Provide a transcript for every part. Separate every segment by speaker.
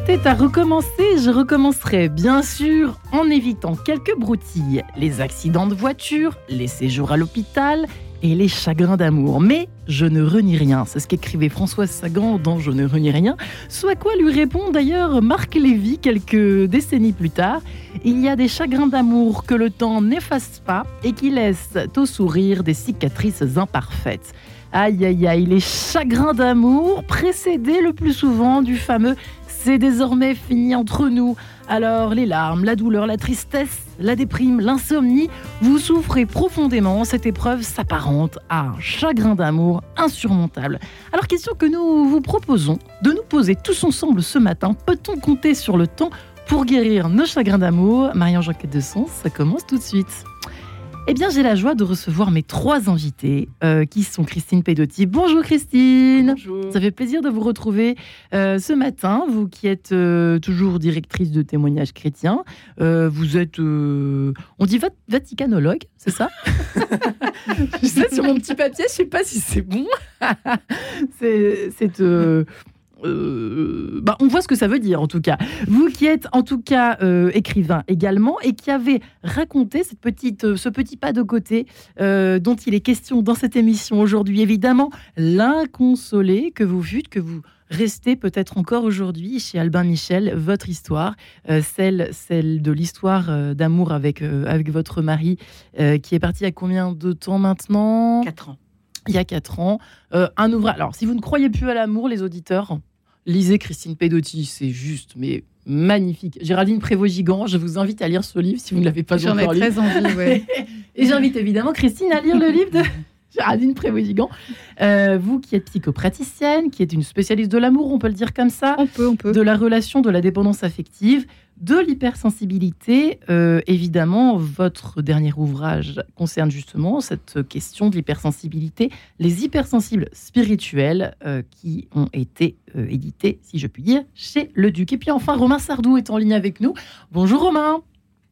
Speaker 1: était à recommencer, je recommencerai bien sûr en évitant quelques broutilles, les accidents de voiture, les séjours à l'hôpital et les chagrins d'amour. Mais je ne renie rien, c'est ce qu'écrivait Françoise Sagan dans Je ne renie rien, soit quoi lui répond d'ailleurs Marc Lévy quelques décennies plus tard. Il y a des chagrins d'amour que le temps n'efface pas et qui laissent au sourire des cicatrices imparfaites. Aïe aïe aïe, les chagrins d'amour précédés le plus souvent du fameux « c'est désormais fini entre nous ». Alors les larmes, la douleur, la tristesse, la déprime, l'insomnie, vous souffrez profondément, cette épreuve s'apparente à un chagrin d'amour insurmontable. Alors question que nous vous proposons de nous poser tous ensemble ce matin, peut-on compter sur le temps pour guérir nos chagrins d'amour ? Marie-Ange Enquête de Sens, ça commence tout de suite. Eh bien, j'ai la joie de recevoir mes 3 invités, qui sont Christine Pedotti. Bonjour Christine.
Speaker 2: Bonjour.
Speaker 1: Ça fait plaisir de vous retrouver ce matin. Vous qui êtes toujours directrice de témoignages chrétiens. Vous êtes, on dit vaticanologue, c'est ça ? Je sais, sur mon petit papier, je ne sais pas si c'est bon. On voit ce que ça veut dire en tout cas. Vous qui êtes en tout cas écrivain également et qui avez raconté ce petit pas de côté dont il est question dans cette émission aujourd'hui. Évidemment, l'inconsolé que vous fûtes, que vous restez peut-être encore aujourd'hui chez Albin Michel, votre histoire, celle de l'histoire d'amour avec votre mari qui est parti il y a combien de temps maintenant ?
Speaker 2: 4 ans.
Speaker 1: Il y a 4 ans. Un ouvrage. Alors, si vous ne croyez plus à l'amour, les auditeurs, lisez Christine Pedotti, c'est juste, mais magnifique. Géraldine Prévost-Gigant, je vous invite à lire ce livre si vous ne l'avez pas encore lu.
Speaker 2: J'en ai très envie, ouais.
Speaker 1: Et j'invite évidemment Christine à lire le livre de Géraldine Prévost-Gigant. Vous qui êtes psychopraticienne, qui êtes une spécialiste de l'amour, on peut le dire comme ça.
Speaker 2: On peut.
Speaker 1: De la relation, de la dépendance affective, de l'hypersensibilité. Évidemment, votre dernier ouvrage concerne justement cette question de l'hypersensibilité, les hypersensibles spirituels qui ont été édités, si je puis dire, chez Le Duc. Et puis enfin, Romain Sardou est en ligne avec nous. Bonjour Romain.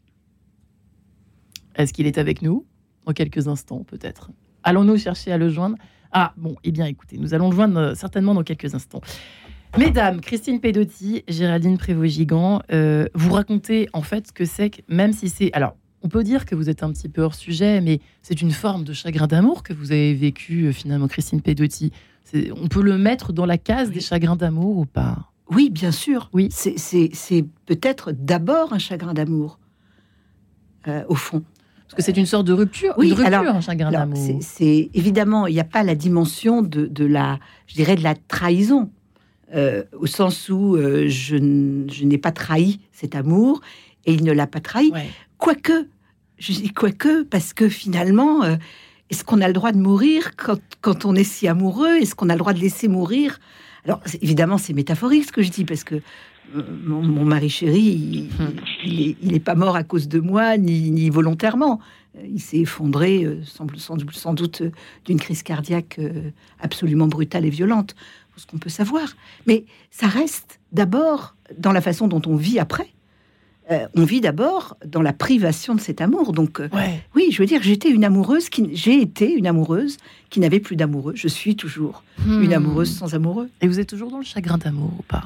Speaker 1: Est-ce qu'il est avec nous ? Dans quelques instants, peut-être. Allons-nous chercher à le joindre ? Ah, bon, eh bien, écoutez, nous allons le joindre certainement dans quelques instants. Mesdames, Christine Pedotti, Géraldine Prévost-Gigant, vous racontez en fait ce que c'est que, même si c'est... Alors, on peut dire que vous êtes un petit peu hors sujet, mais c'est une forme de chagrin d'amour que vous avez vécu finalement, Christine Pedotti. On peut le mettre dans la case des chagrins d'amour ou pas ?
Speaker 2: Oui, bien sûr.
Speaker 1: Oui.
Speaker 2: C'est peut-être d'abord un chagrin d'amour, au fond.
Speaker 1: Parce que c'est une sorte de rupture,
Speaker 2: Oui,
Speaker 1: un chagrin d'amour.
Speaker 2: C'est évidemment, il n'y a pas la dimension de la trahison, au sens où je n'ai pas trahi cet amour et il ne l'a pas trahi.
Speaker 1: Ouais.
Speaker 2: Quoique, parce que finalement, est-ce qu'on a le droit de mourir quand on est si amoureux ? Est-ce qu'on a le droit de laisser mourir ? Alors, évidemment, c'est métaphorique ce que je dis, parce que mon mari chéri, il est pas mort à cause de moi, ni volontairement. Il s'est effondré, sans doute d'une crise cardiaque absolument brutale et violente, pour ce qu'on peut savoir. Mais ça reste d'abord dans la façon dont on vit après. On vit d'abord dans la privation de cet amour. Donc, oui, je veux dire, j'ai été une amoureuse qui n'avait plus d'amoureux. Je suis toujours une amoureuse sans amoureux.
Speaker 1: Et vous êtes toujours dans le chagrin d'amour ou pas ?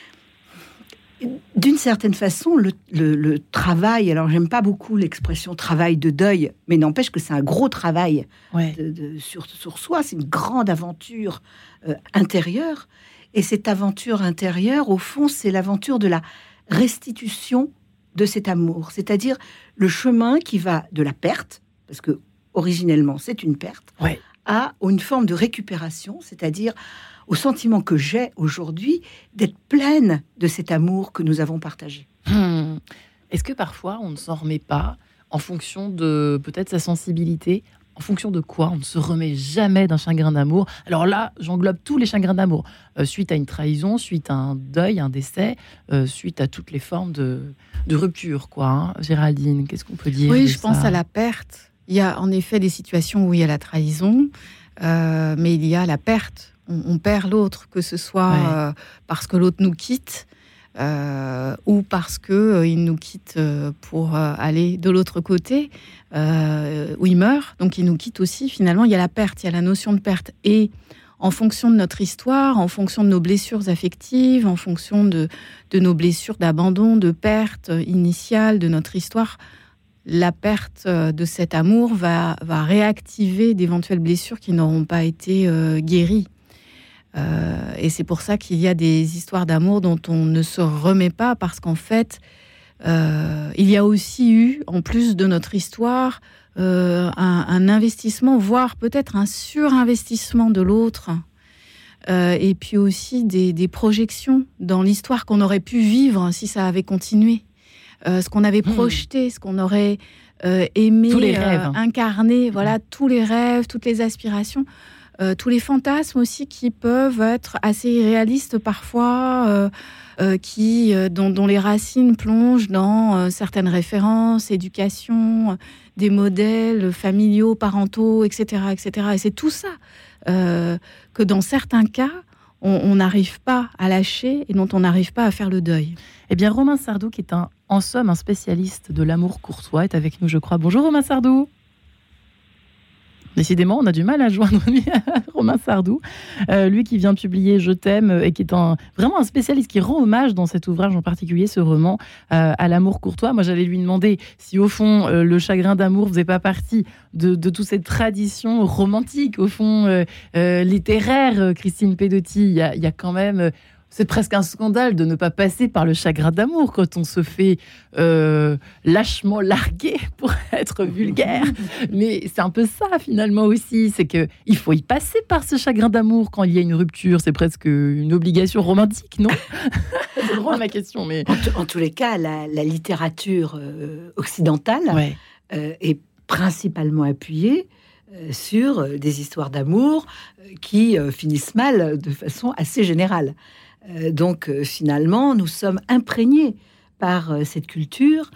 Speaker 2: D'une certaine façon, le travail, alors j'aime pas beaucoup l'expression travail de deuil, mais n'empêche que c'est un gros travail sur soi, c'est une grande aventure intérieure, et cette aventure intérieure, au fond, c'est l'aventure de la restitution de cet amour, c'est-à-dire le chemin qui va de la perte, parce que originellement c'est une perte, à une forme de récupération, c'est-à-dire au sentiment que j'ai aujourd'hui d'être pleine de cet amour que nous avons partagé.
Speaker 1: Est-ce que parfois on ne s'en remet pas en fonction de peut-être sa sensibilité ? En fonction de quoi on ne se remet jamais d'un chagrin d'amour ? Alors là, j'englobe tous les chagrins d'amour, suite à une trahison, suite à un deuil, un décès, suite à toutes les formes de rupture, quoi. Hein. Géraldine, qu'est-ce qu'on peut dire ?
Speaker 3: Oui, je pense à la perte. Il y a en effet des situations où il y a la trahison, mais il y a la perte. On perd l'autre, que ce soit parce que l'autre nous quitte ou parce qu'il nous quitte pour aller de l'autre côté, où il meurt. Donc il nous quitte aussi. Finalement, il y a la perte, il y a la notion de perte. Et en fonction de notre histoire, en fonction de nos blessures affectives, en fonction de nos blessures d'abandon, de perte initiale de notre histoire. La perte de cet amour va réactiver d'éventuelles blessures qui n'auront pas été guéries. Et c'est pour ça qu'il y a des histoires d'amour dont on ne se remet pas, parce qu'en fait, il y a aussi eu, en plus de notre histoire, un investissement, voire peut-être un surinvestissement de l'autre, et puis aussi des projections dans l'histoire qu'on aurait pu vivre si ça avait continué, ce qu'on avait projeté, ce qu'on aurait aimé,
Speaker 1: tous les rêves,
Speaker 3: incarner, voilà, tous les rêves, toutes les aspirations, tous les fantasmes aussi qui peuvent être assez irréalistes parfois, dont les racines plongent dans certaines références, éducation, des modèles familiaux, parentaux, etc., etc. Et c'est tout ça que dans certains cas, on n'arrive pas à lâcher et dont on n'arrive pas à faire le deuil.
Speaker 1: Eh bien, Romain Sardou, qui est en somme un spécialiste de l'amour courtois, est avec nous, je crois. Bonjour Romain Sardou. Décidément, on a du mal à joindre Romain Sardou, lui qui vient de publier Je t'aime et qui est vraiment un spécialiste qui rend hommage dans cet ouvrage en particulier, ce roman, à l'amour courtois. Moi, j'allais lui demander si au fond, le chagrin d'amour ne faisait pas partie de toute cette tradition romantique, au fond, littéraire. Christine Pedotti, il y a quand même... C'est presque un scandale de ne pas passer par le chagrin d'amour quand on se fait lâchement larguer, pour être vulgaire. Mais c'est un peu ça, finalement, aussi. C'est qu'il faut y passer par ce chagrin d'amour quand il y a une rupture. C'est presque une obligation romantique, non? C'est drôle, ma question. Mais...
Speaker 2: En tous les cas, la littérature occidentale est principalement appuyée sur des histoires d'amour qui finissent mal de façon assez générale. Donc, finalement, nous sommes imprégnés par cette culture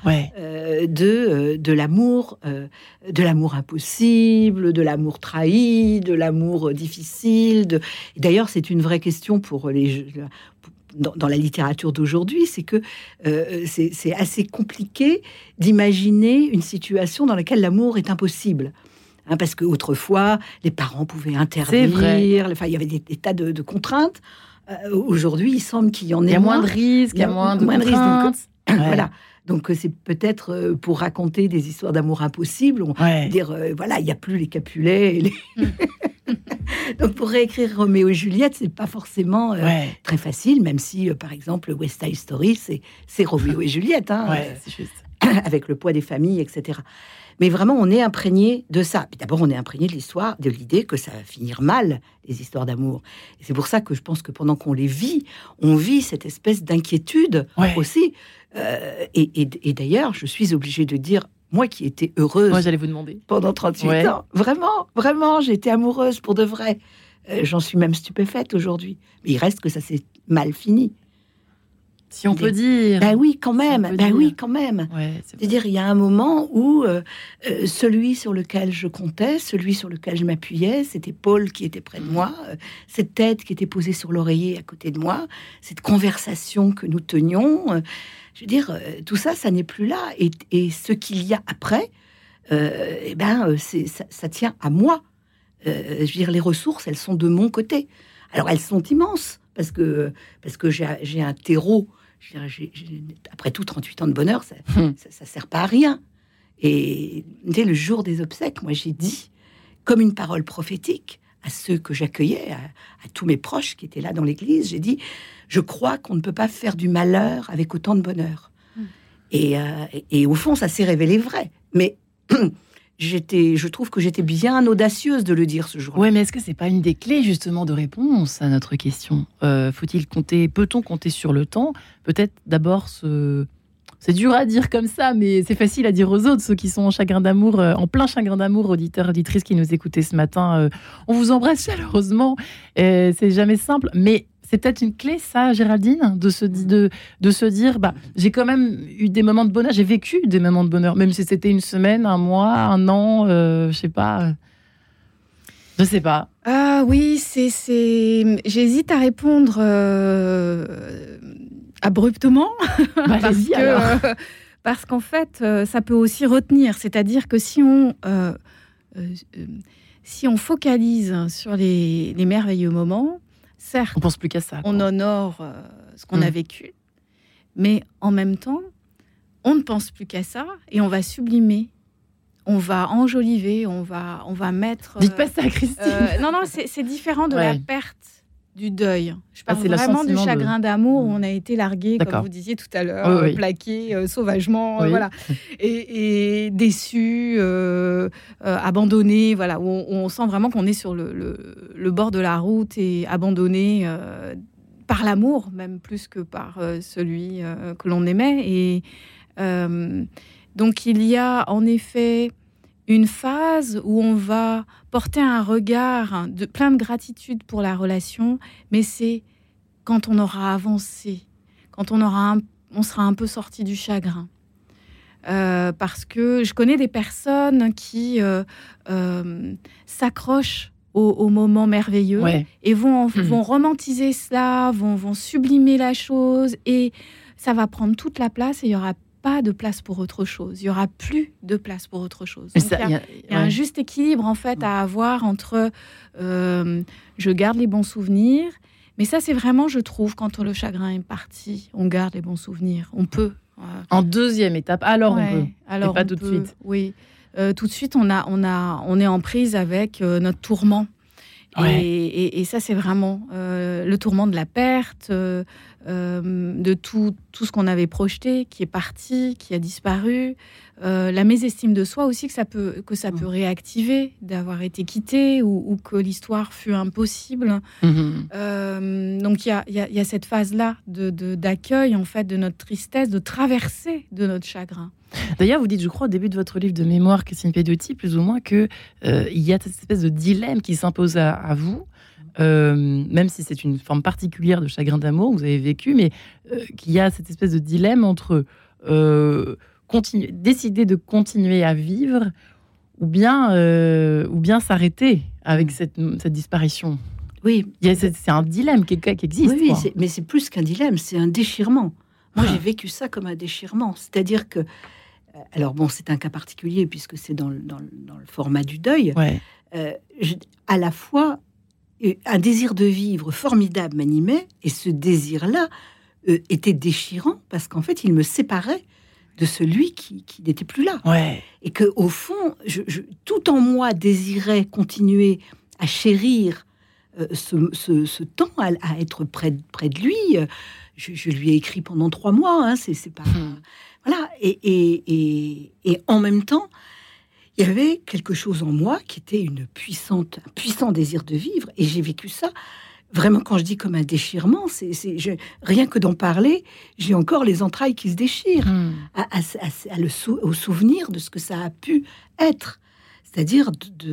Speaker 2: de l'amour impossible, de l'amour trahi, de l'amour difficile. Et d'ailleurs, c'est une vraie question pour dans la littérature d'aujourd'hui, c'est que c'est assez compliqué d'imaginer une situation dans laquelle l'amour est impossible. Parce qu'autrefois, les parents pouvaient interdire, enfin, il y avait des tas de contraintes. Aujourd'hui, il semble qu'il y en ait
Speaker 1: il y a moins de risques, il y a moins de contraintes.
Speaker 2: Voilà. Donc, c'est peut-être pour raconter des histoires d'amour impossibles, dire, voilà, il n'y a plus les Capulets. Donc, pour réécrire Roméo et Juliette, c'est pas forcément très facile, même si, par exemple, West Side Story, c'est Roméo et Juliette,
Speaker 1: c'est juste.
Speaker 2: Avec le poids des familles, etc. Mais vraiment, on est imprégné de ça. Puis d'abord, on est imprégné de l'histoire, de l'idée que ça va finir mal, les histoires d'amour. Et c'est pour ça que je pense que pendant qu'on les vit, on vit cette espèce d'inquiétude aussi. Et d'ailleurs, je suis obligée de dire, moi qui étais heureuse
Speaker 1: j'allais vous demander.
Speaker 2: Pendant 38 ans, vraiment, j'étais amoureuse pour de vrai. J'en suis même stupéfaite aujourd'hui. Mais il reste que ça s'est mal fini.
Speaker 1: Si on peut dire.
Speaker 2: Ben oui, quand même. C'est-à-dire, il y a un moment où celui sur lequel je comptais, celui sur lequel je m'appuyais, c'était Paul qui était près de moi, cette tête qui était posée sur l'oreiller à côté de moi, cette conversation que nous tenions. Je veux dire, tout ça, ça n'est plus là. Et ce qu'il y a après, ça tient à moi. Je veux dire, les ressources, elles sont de mon côté. Alors, elles sont immenses parce que j'ai un terreau. Après tout, 38 ans de bonheur, ça sert pas à rien. Et dès le jour des obsèques, moi, j'ai dit, comme une parole prophétique, à ceux que j'accueillais, à tous mes proches qui étaient là dans l'église, j'ai dit, je crois qu'on ne peut pas faire du malheur avec autant de bonheur. Et au fond, ça s'est révélé vrai. Mais je trouve que j'étais bien audacieuse de le dire ce jour-là.
Speaker 1: Oui, mais est-ce que c'est pas une des clés justement de réponse à notre question? Peut-on compter sur le temps? Peut-être d'abord c'est dur à dire comme ça, mais c'est facile à dire aux autres, ceux qui sont en chagrin d'amour, en plein chagrin d'amour, auditeurs, auditrices qui nous écoutaient ce matin. On vous embrasse chaleureusement. C'est jamais simple, mais c'est peut-être une clé, ça, Géraldine, de se dire, j'ai quand même eu des moments de bonheur, j'ai vécu des moments de bonheur, même si c'était une semaine, un mois, un an, je sais pas.
Speaker 3: Ah oui, j'hésite à répondre abruptement, parce qu'en fait, ça peut aussi retenir. C'est-à-dire que si si on focalise sur les merveilleux moments, certes,
Speaker 1: On pense plus qu'à ça.
Speaker 3: on honore ce qu'on a vécu, mais en même temps, on ne pense plus qu'à ça et on va sublimer, on va enjoliver, on va mettre...
Speaker 1: Dites pas ça, Christine.
Speaker 3: non, c'est différent de la perte du deuil. Je parle
Speaker 1: c'est
Speaker 3: vraiment du chagrin d'amour où on a été largué,
Speaker 1: D'accord.
Speaker 3: comme vous disiez tout à l'heure, plaqué sauvagement, voilà, et déçu, abandonné, voilà, où on sent vraiment qu'on est sur le bord de la route et abandonné par l'amour, même plus que par celui que l'on aimait. Et donc il y a en effet une phase où on va porter un regard plein de gratitude pour la relation, mais c'est quand on aura avancé, quand on sera un peu sorti du chagrin. Parce que je connais des personnes qui s'accrochent au moment merveilleux et vont romantiser cela, vont sublimer la chose, et ça va prendre toute la place et il y aura pas de place pour autre chose. Il y aura plus de place pour autre chose. Donc, il y a un juste équilibre en fait à avoir entre je garde les bons souvenirs, mais ça c'est vraiment, je trouve, quand le chagrin est parti, on garde les bons souvenirs. On peut.
Speaker 1: En deuxième étape, alors on peut.
Speaker 3: Alors
Speaker 1: pas tout de suite.
Speaker 3: Oui, tout de suite on est en prise avec notre tourment. Et ça, c'est vraiment le tourment de la perte, de tout ce qu'on avait projeté, qui est parti, qui a disparu. La mésestime de soi aussi, que ça peut réactiver, d'avoir été quitté ou que l'histoire fut impossible. Donc, il y a cette phase-là d'accueil, en fait, de notre tristesse, de traversée de notre chagrin.
Speaker 1: D'ailleurs, vous dites, je crois, au début de votre livre de mémoire, Christine Pedotti, plus ou moins, qu'il y a cette espèce de dilemme qui s'impose à vous, même si c'est une forme particulière de chagrin d'amour que vous avez vécu, mais qu'il y a cette espèce de dilemme entre décider de continuer à vivre ou bien s'arrêter avec cette disparition.
Speaker 2: Oui.
Speaker 1: C'est un dilemme qui existe.
Speaker 2: Oui, mais c'est plus qu'un dilemme, c'est un déchirement. Moi, j'ai vécu ça comme un déchirement. C'est-à-dire que... Alors bon, c'est un cas particulier puisque c'est dans le format du deuil. À la fois, un désir de vivre formidable m'animait, et ce désir-là était déchirant parce qu'en fait, il me séparait de celui qui n'était plus là. Et qu'au fond, tout en moi désirait continuer à chérir ce temps, à être près de lui. Je lui ai écrit pendant 3 mois, c'est pas... Voilà, et en même temps, il y avait quelque chose en moi qui était un puissant désir de vivre, et j'ai vécu ça, vraiment, quand je dis comme un déchirement, rien que d'en parler, j'ai encore les entrailles qui se déchirent, au souvenir de ce que ça a pu être. C'est-à-dire,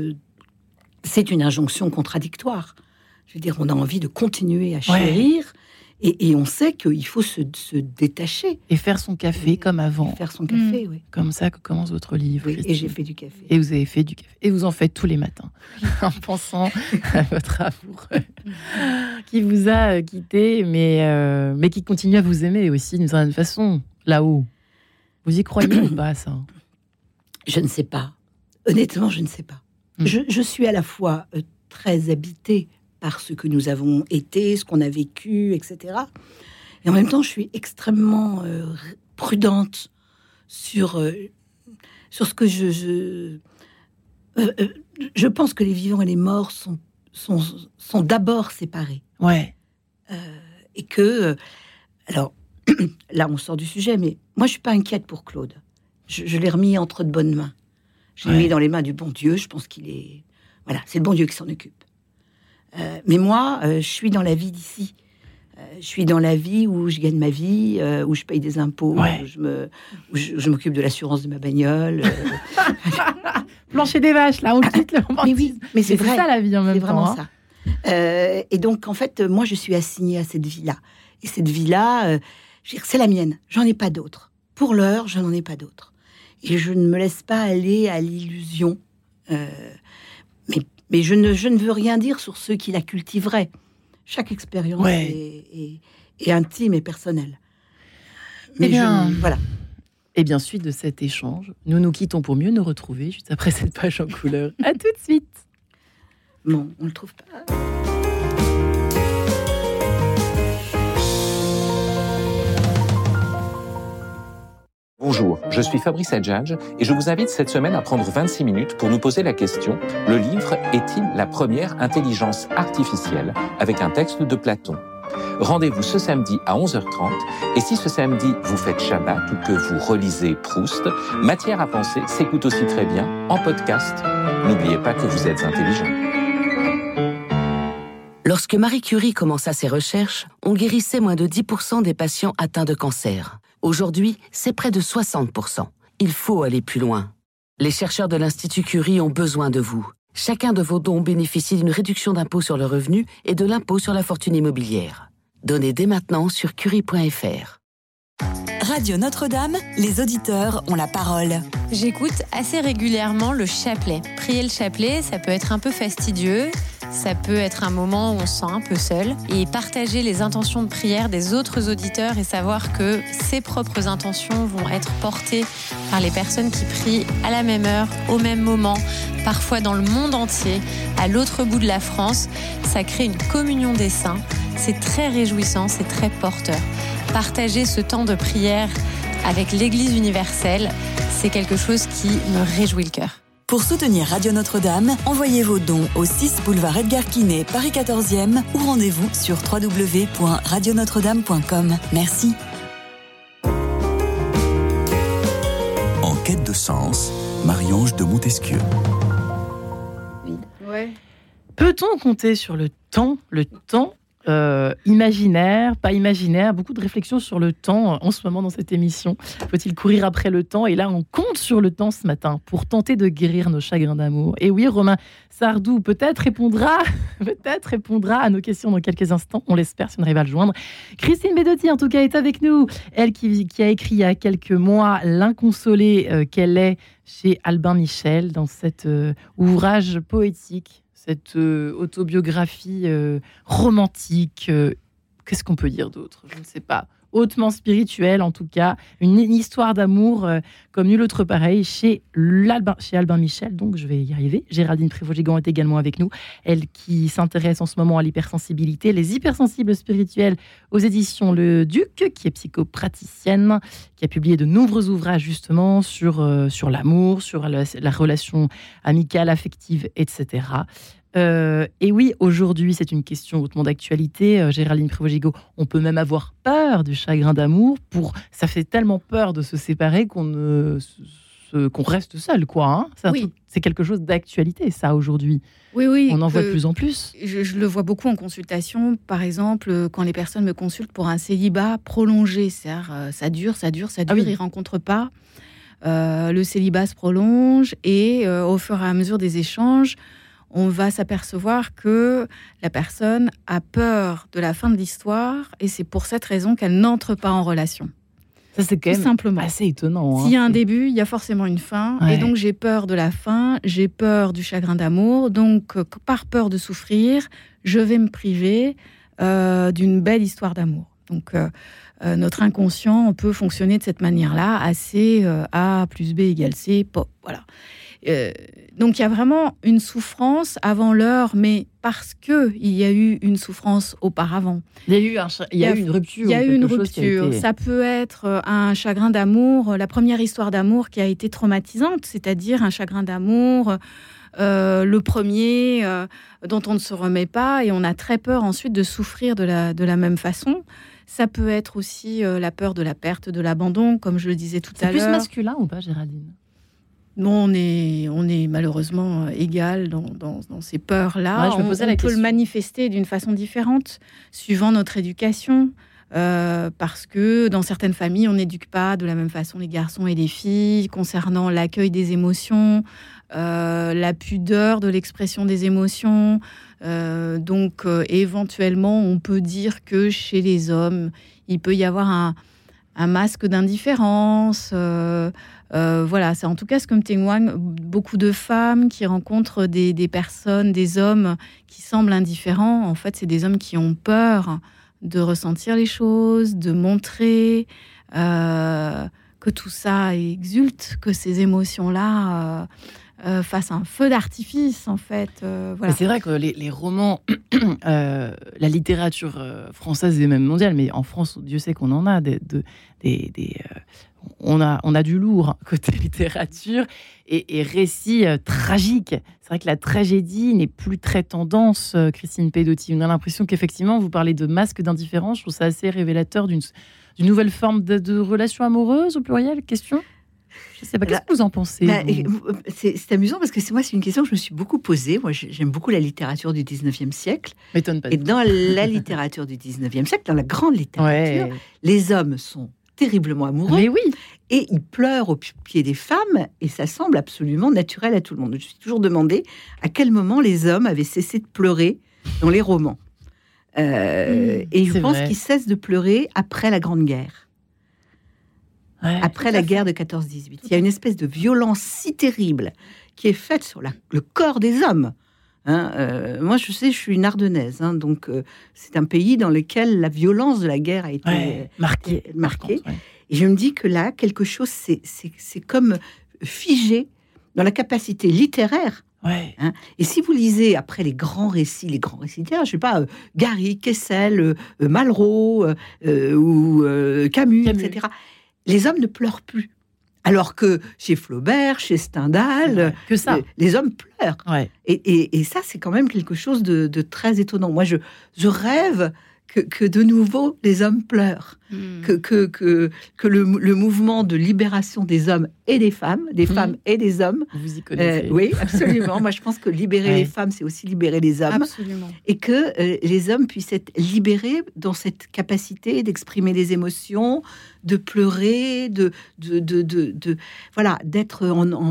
Speaker 2: c'est une injonction contradictoire. Je veux dire, on a envie de continuer à chérir, et on sait qu'il faut se détacher.
Speaker 1: Et faire son café comme avant.
Speaker 2: Faire son café, oui.
Speaker 1: Comme ça que commence votre livre.
Speaker 2: Oui, et j'ai fait du café.
Speaker 1: Et vous avez fait du café. Et vous en faites tous les matins, en pensant à votre amoureux qui vous a quitté, mais qui continue à vous aimer aussi d'une certaine façon, là-haut. Vous y croyez ou pas, ça?
Speaker 2: Je ne sais pas. Honnêtement, je ne sais pas. Je suis à la fois très habitée par ce que nous avons été, ce qu'on a vécu, etc. Et en même temps, je suis extrêmement prudente sur ce que je pense que les vivants et les morts sont d'abord séparés. Et que... alors, là, on sort du sujet, mais moi, je suis pas inquiète pour Claude. Je l'ai remis entre de bonnes mains. Je l'ai mis dans les mains du bon Dieu. Je pense qu'il est... Voilà, c'est le bon Dieu qui s'en occupe. Mais moi, je suis dans la vie d'ici. Je suis dans la vie où je gagne ma vie, où je paye des impôts, où je m'occupe de l'assurance de ma bagnole.
Speaker 1: Plancher des vaches, là, on quitte le romantisme.
Speaker 2: Mais oui, mais c'est vrai,
Speaker 1: ça la vie en même temps.
Speaker 2: C'est vraiment ça. Et donc, en fait, moi, je suis assignée à cette vie-là. Et cette vie-là, c'est la mienne. J'en ai pas d'autre. Pour l'heure, je n'en ai pas d'autre. Et je ne me laisse pas aller à l'illusion. Mais je ne veux rien dire sur ceux qui la cultiveraient. Chaque expérience est intime et personnelle. Mais voilà.
Speaker 1: Et bien, suite de cet échange, nous nous quittons pour mieux nous retrouver juste après cette page en couleur. À tout de suite.
Speaker 2: Bon, on le trouve pas.
Speaker 4: Bonjour, je suis Fabrice Adjadj et je vous invite cette semaine à prendre 26 minutes pour nous poser la question « Le livre est-il la première intelligence artificielle ?» avec un texte de Platon. Rendez-vous ce samedi à 11h30 et si ce samedi vous faites Shabbat ou que vous relisez Proust, Matière à penser s'écoute aussi très bien en podcast. N'oubliez pas que vous êtes intelligent.
Speaker 5: Lorsque Marie Curie commença ses recherches, on guérissait moins de 10% des patients atteints de cancer. Aujourd'hui, c'est près de 60%. Il faut aller plus loin. Les chercheurs de l'Institut Curie ont besoin de vous. Chacun de vos dons bénéficie d'une réduction d'impôt sur le revenu et de l'impôt sur la fortune immobilière. Donnez dès maintenant sur curie.fr.
Speaker 6: Radio Notre-Dame, les auditeurs ont la parole.
Speaker 7: J'écoute assez régulièrement le chapelet. Prier le chapelet, ça peut être un peu fastidieux. Ça peut être un moment où on se sent un peu seul. Et partager les intentions de prière des autres auditeurs et savoir que ses propres intentions vont être portées par les personnes qui prient à la même heure, au même moment, parfois dans le monde entier, à l'autre bout de la France, ça crée une communion des saints. C'est très réjouissant, c'est très porteur. Partager ce temps de prière avec l'Église universelle, c'est quelque chose qui me réjouit le cœur.
Speaker 6: Pour soutenir Radio Notre-Dame, envoyez vos dons au 6 boulevard Edgar Quinet, Paris 14e ou rendez-vous sur www.radionotre-dame.com. Merci.
Speaker 8: En quête de sens, Marie-Ange de Montesquieu.
Speaker 3: Ouais.
Speaker 1: Peut-on compter sur le temps imaginaire, pas imaginaire, beaucoup de réflexions sur le temps en ce moment dans cette émission. Faut-il courir après le temps ? Et là, on compte sur le temps ce matin pour tenter de guérir nos chagrins d'amour. Et oui, Romain Sardou peut-être répondra à nos questions dans quelques instants. On l'espère si on arrive à le joindre. Christine Bedotti, en tout cas, est avec nous. Elle qui a écrit il y a quelques mois L'inconsolée qu'elle est chez Albin Michel dans cet ouvrage poétique. Cette autobiographie romantique, qu'est-ce qu'on peut dire d'autre ? Je ne sais pas. Hautement spirituelle, en tout cas. Une histoire d'amour comme nul autre pareil chez Albin Michel. Donc, je vais y arriver. Géraldine Prévost-Giguan est également avec nous. Elle qui s'intéresse en ce moment à l'hypersensibilité. Les hypersensibles spirituels aux éditions Le Duc, qui est psychopraticienne, qui a publié de nombreux ouvrages justement sur l'amour, sur la relation amicale, affective, etc. Et oui, aujourd'hui, c'est une question hautement d'actualité. Géraldine Prévost-Giguan, on peut même avoir peur du chagrin d'amour. Ça fait tellement peur de se séparer qu'on reste seul, quoi. Hein, c'est quelque chose d'actualité, ça, aujourd'hui.
Speaker 3: Oui.
Speaker 1: On en voit de plus en plus.
Speaker 3: Je le vois beaucoup en consultation, par exemple, quand les personnes me consultent pour un célibat prolongé. C'est-à-dire, ça dure, ils ne rencontrent pas. Le célibat se prolonge et au fur et à mesure des échanges, on va s'apercevoir que la personne a peur de la fin de l'histoire et c'est pour cette raison qu'elle n'entre pas en relation.
Speaker 1: Ça, c'est quand même
Speaker 3: simplement
Speaker 1: assez étonnant.
Speaker 3: S'il y a un début, il y a forcément une fin. Ouais. Et donc, j'ai peur de la fin, j'ai peur du chagrin d'amour. Donc, par peur de souffrir, je vais me priver d'une belle histoire d'amour. Donc, notre inconscient peut fonctionner de cette manière-là, assez A plus B égale C, voilà. Donc il y a vraiment une souffrance avant l'heure, mais parce qu'il y a eu une souffrance auparavant.
Speaker 1: Il y a eu une rupture.
Speaker 3: Il y a eu une rupture. Ça peut être un chagrin d'amour, la première histoire d'amour qui a été traumatisante, c'est-à-dire un chagrin d'amour, le premier dont on ne se remet pas et on a très peur ensuite de souffrir de la même façon. Ça peut être aussi la peur de la perte, de l'abandon, comme je le disais tout à l'heure.
Speaker 1: C'est plus masculin ou pas, Géraldine ?
Speaker 3: Non, on est malheureusement égal dans ces peurs-là.
Speaker 1: Ouais,
Speaker 3: on peut le manifester d'une façon différente, suivant notre éducation, parce que dans certaines familles, on n'éduque pas de la même façon les garçons et les filles, concernant l'accueil des émotions, la pudeur de l'expression des émotions. Donc, éventuellement, on peut dire que chez les hommes, il peut y avoir un masque d'indifférence. Voilà, c'est en tout cas ce que me témoignent beaucoup de femmes qui rencontrent des personnes, des hommes qui semblent indifférents. En fait, c'est des hommes qui ont peur de ressentir les choses, de montrer que tout ça exulte, que ces émotions-là face à un feu d'artifice, en fait. Voilà.
Speaker 1: Mais c'est vrai que les romans, la littérature française et même mondiale, mais en France, Dieu sait qu'on en a on a du lourd côté littérature et récits tragiques. C'est vrai que la tragédie n'est plus très tendance, Christine Pedotti. On a l'impression qu'effectivement, vous parlez de masque d'indifférence. Je trouve ça assez révélateur d'une nouvelle forme de relation amoureuse, au pluriel. Question ? Je sais pas, qu'est-ce que vous en pensez?
Speaker 2: C'est amusant parce que c'est une question que je me suis beaucoup posée. Moi, j'aime beaucoup la littérature du 19e siècle.
Speaker 1: M'étonne pas.
Speaker 2: Et dans la littérature du 19e siècle, dans la grande littérature, les hommes sont terriblement amoureux.
Speaker 1: Mais oui.
Speaker 2: Et ils pleurent au pied des femmes, et ça semble absolument naturel à tout le monde. Je me suis toujours demandé à quel moment les hommes avaient cessé de pleurer dans les romans. Et je pense qu'ils cessent de pleurer après la Grande Guerre. Ouais, après la guerre de 14-18. Il y a une espèce de violence si terrible qui est faite sur le corps des hommes. Moi, je suis une Ardennaise, donc c'est un pays dans lequel la violence de la guerre a été marquée. Et je me dis que là, quelque chose, c'est comme figé dans la capacité littéraire. Et si vous lisez après les grands récits littéraires, je sais pas, Garrick, Kessel, Malraux ou Camus, etc., les hommes ne pleurent plus. Alors que chez Flaubert, chez Stendhal,
Speaker 1: que ça.
Speaker 2: Les hommes pleurent. Et ça, c'est quand même quelque chose de très étonnant. Moi, je rêve que de nouveau, les hommes pleurent. Que le mouvement de libération des hommes et des femmes et des hommes...
Speaker 1: Vous y connaissez.
Speaker 2: Oui, absolument. Moi, je pense que libérer les femmes, c'est aussi libérer les hommes.
Speaker 3: Absolument. Et
Speaker 2: que les hommes puissent être libérés dans cette capacité d'exprimer les émotions, de pleurer, d'être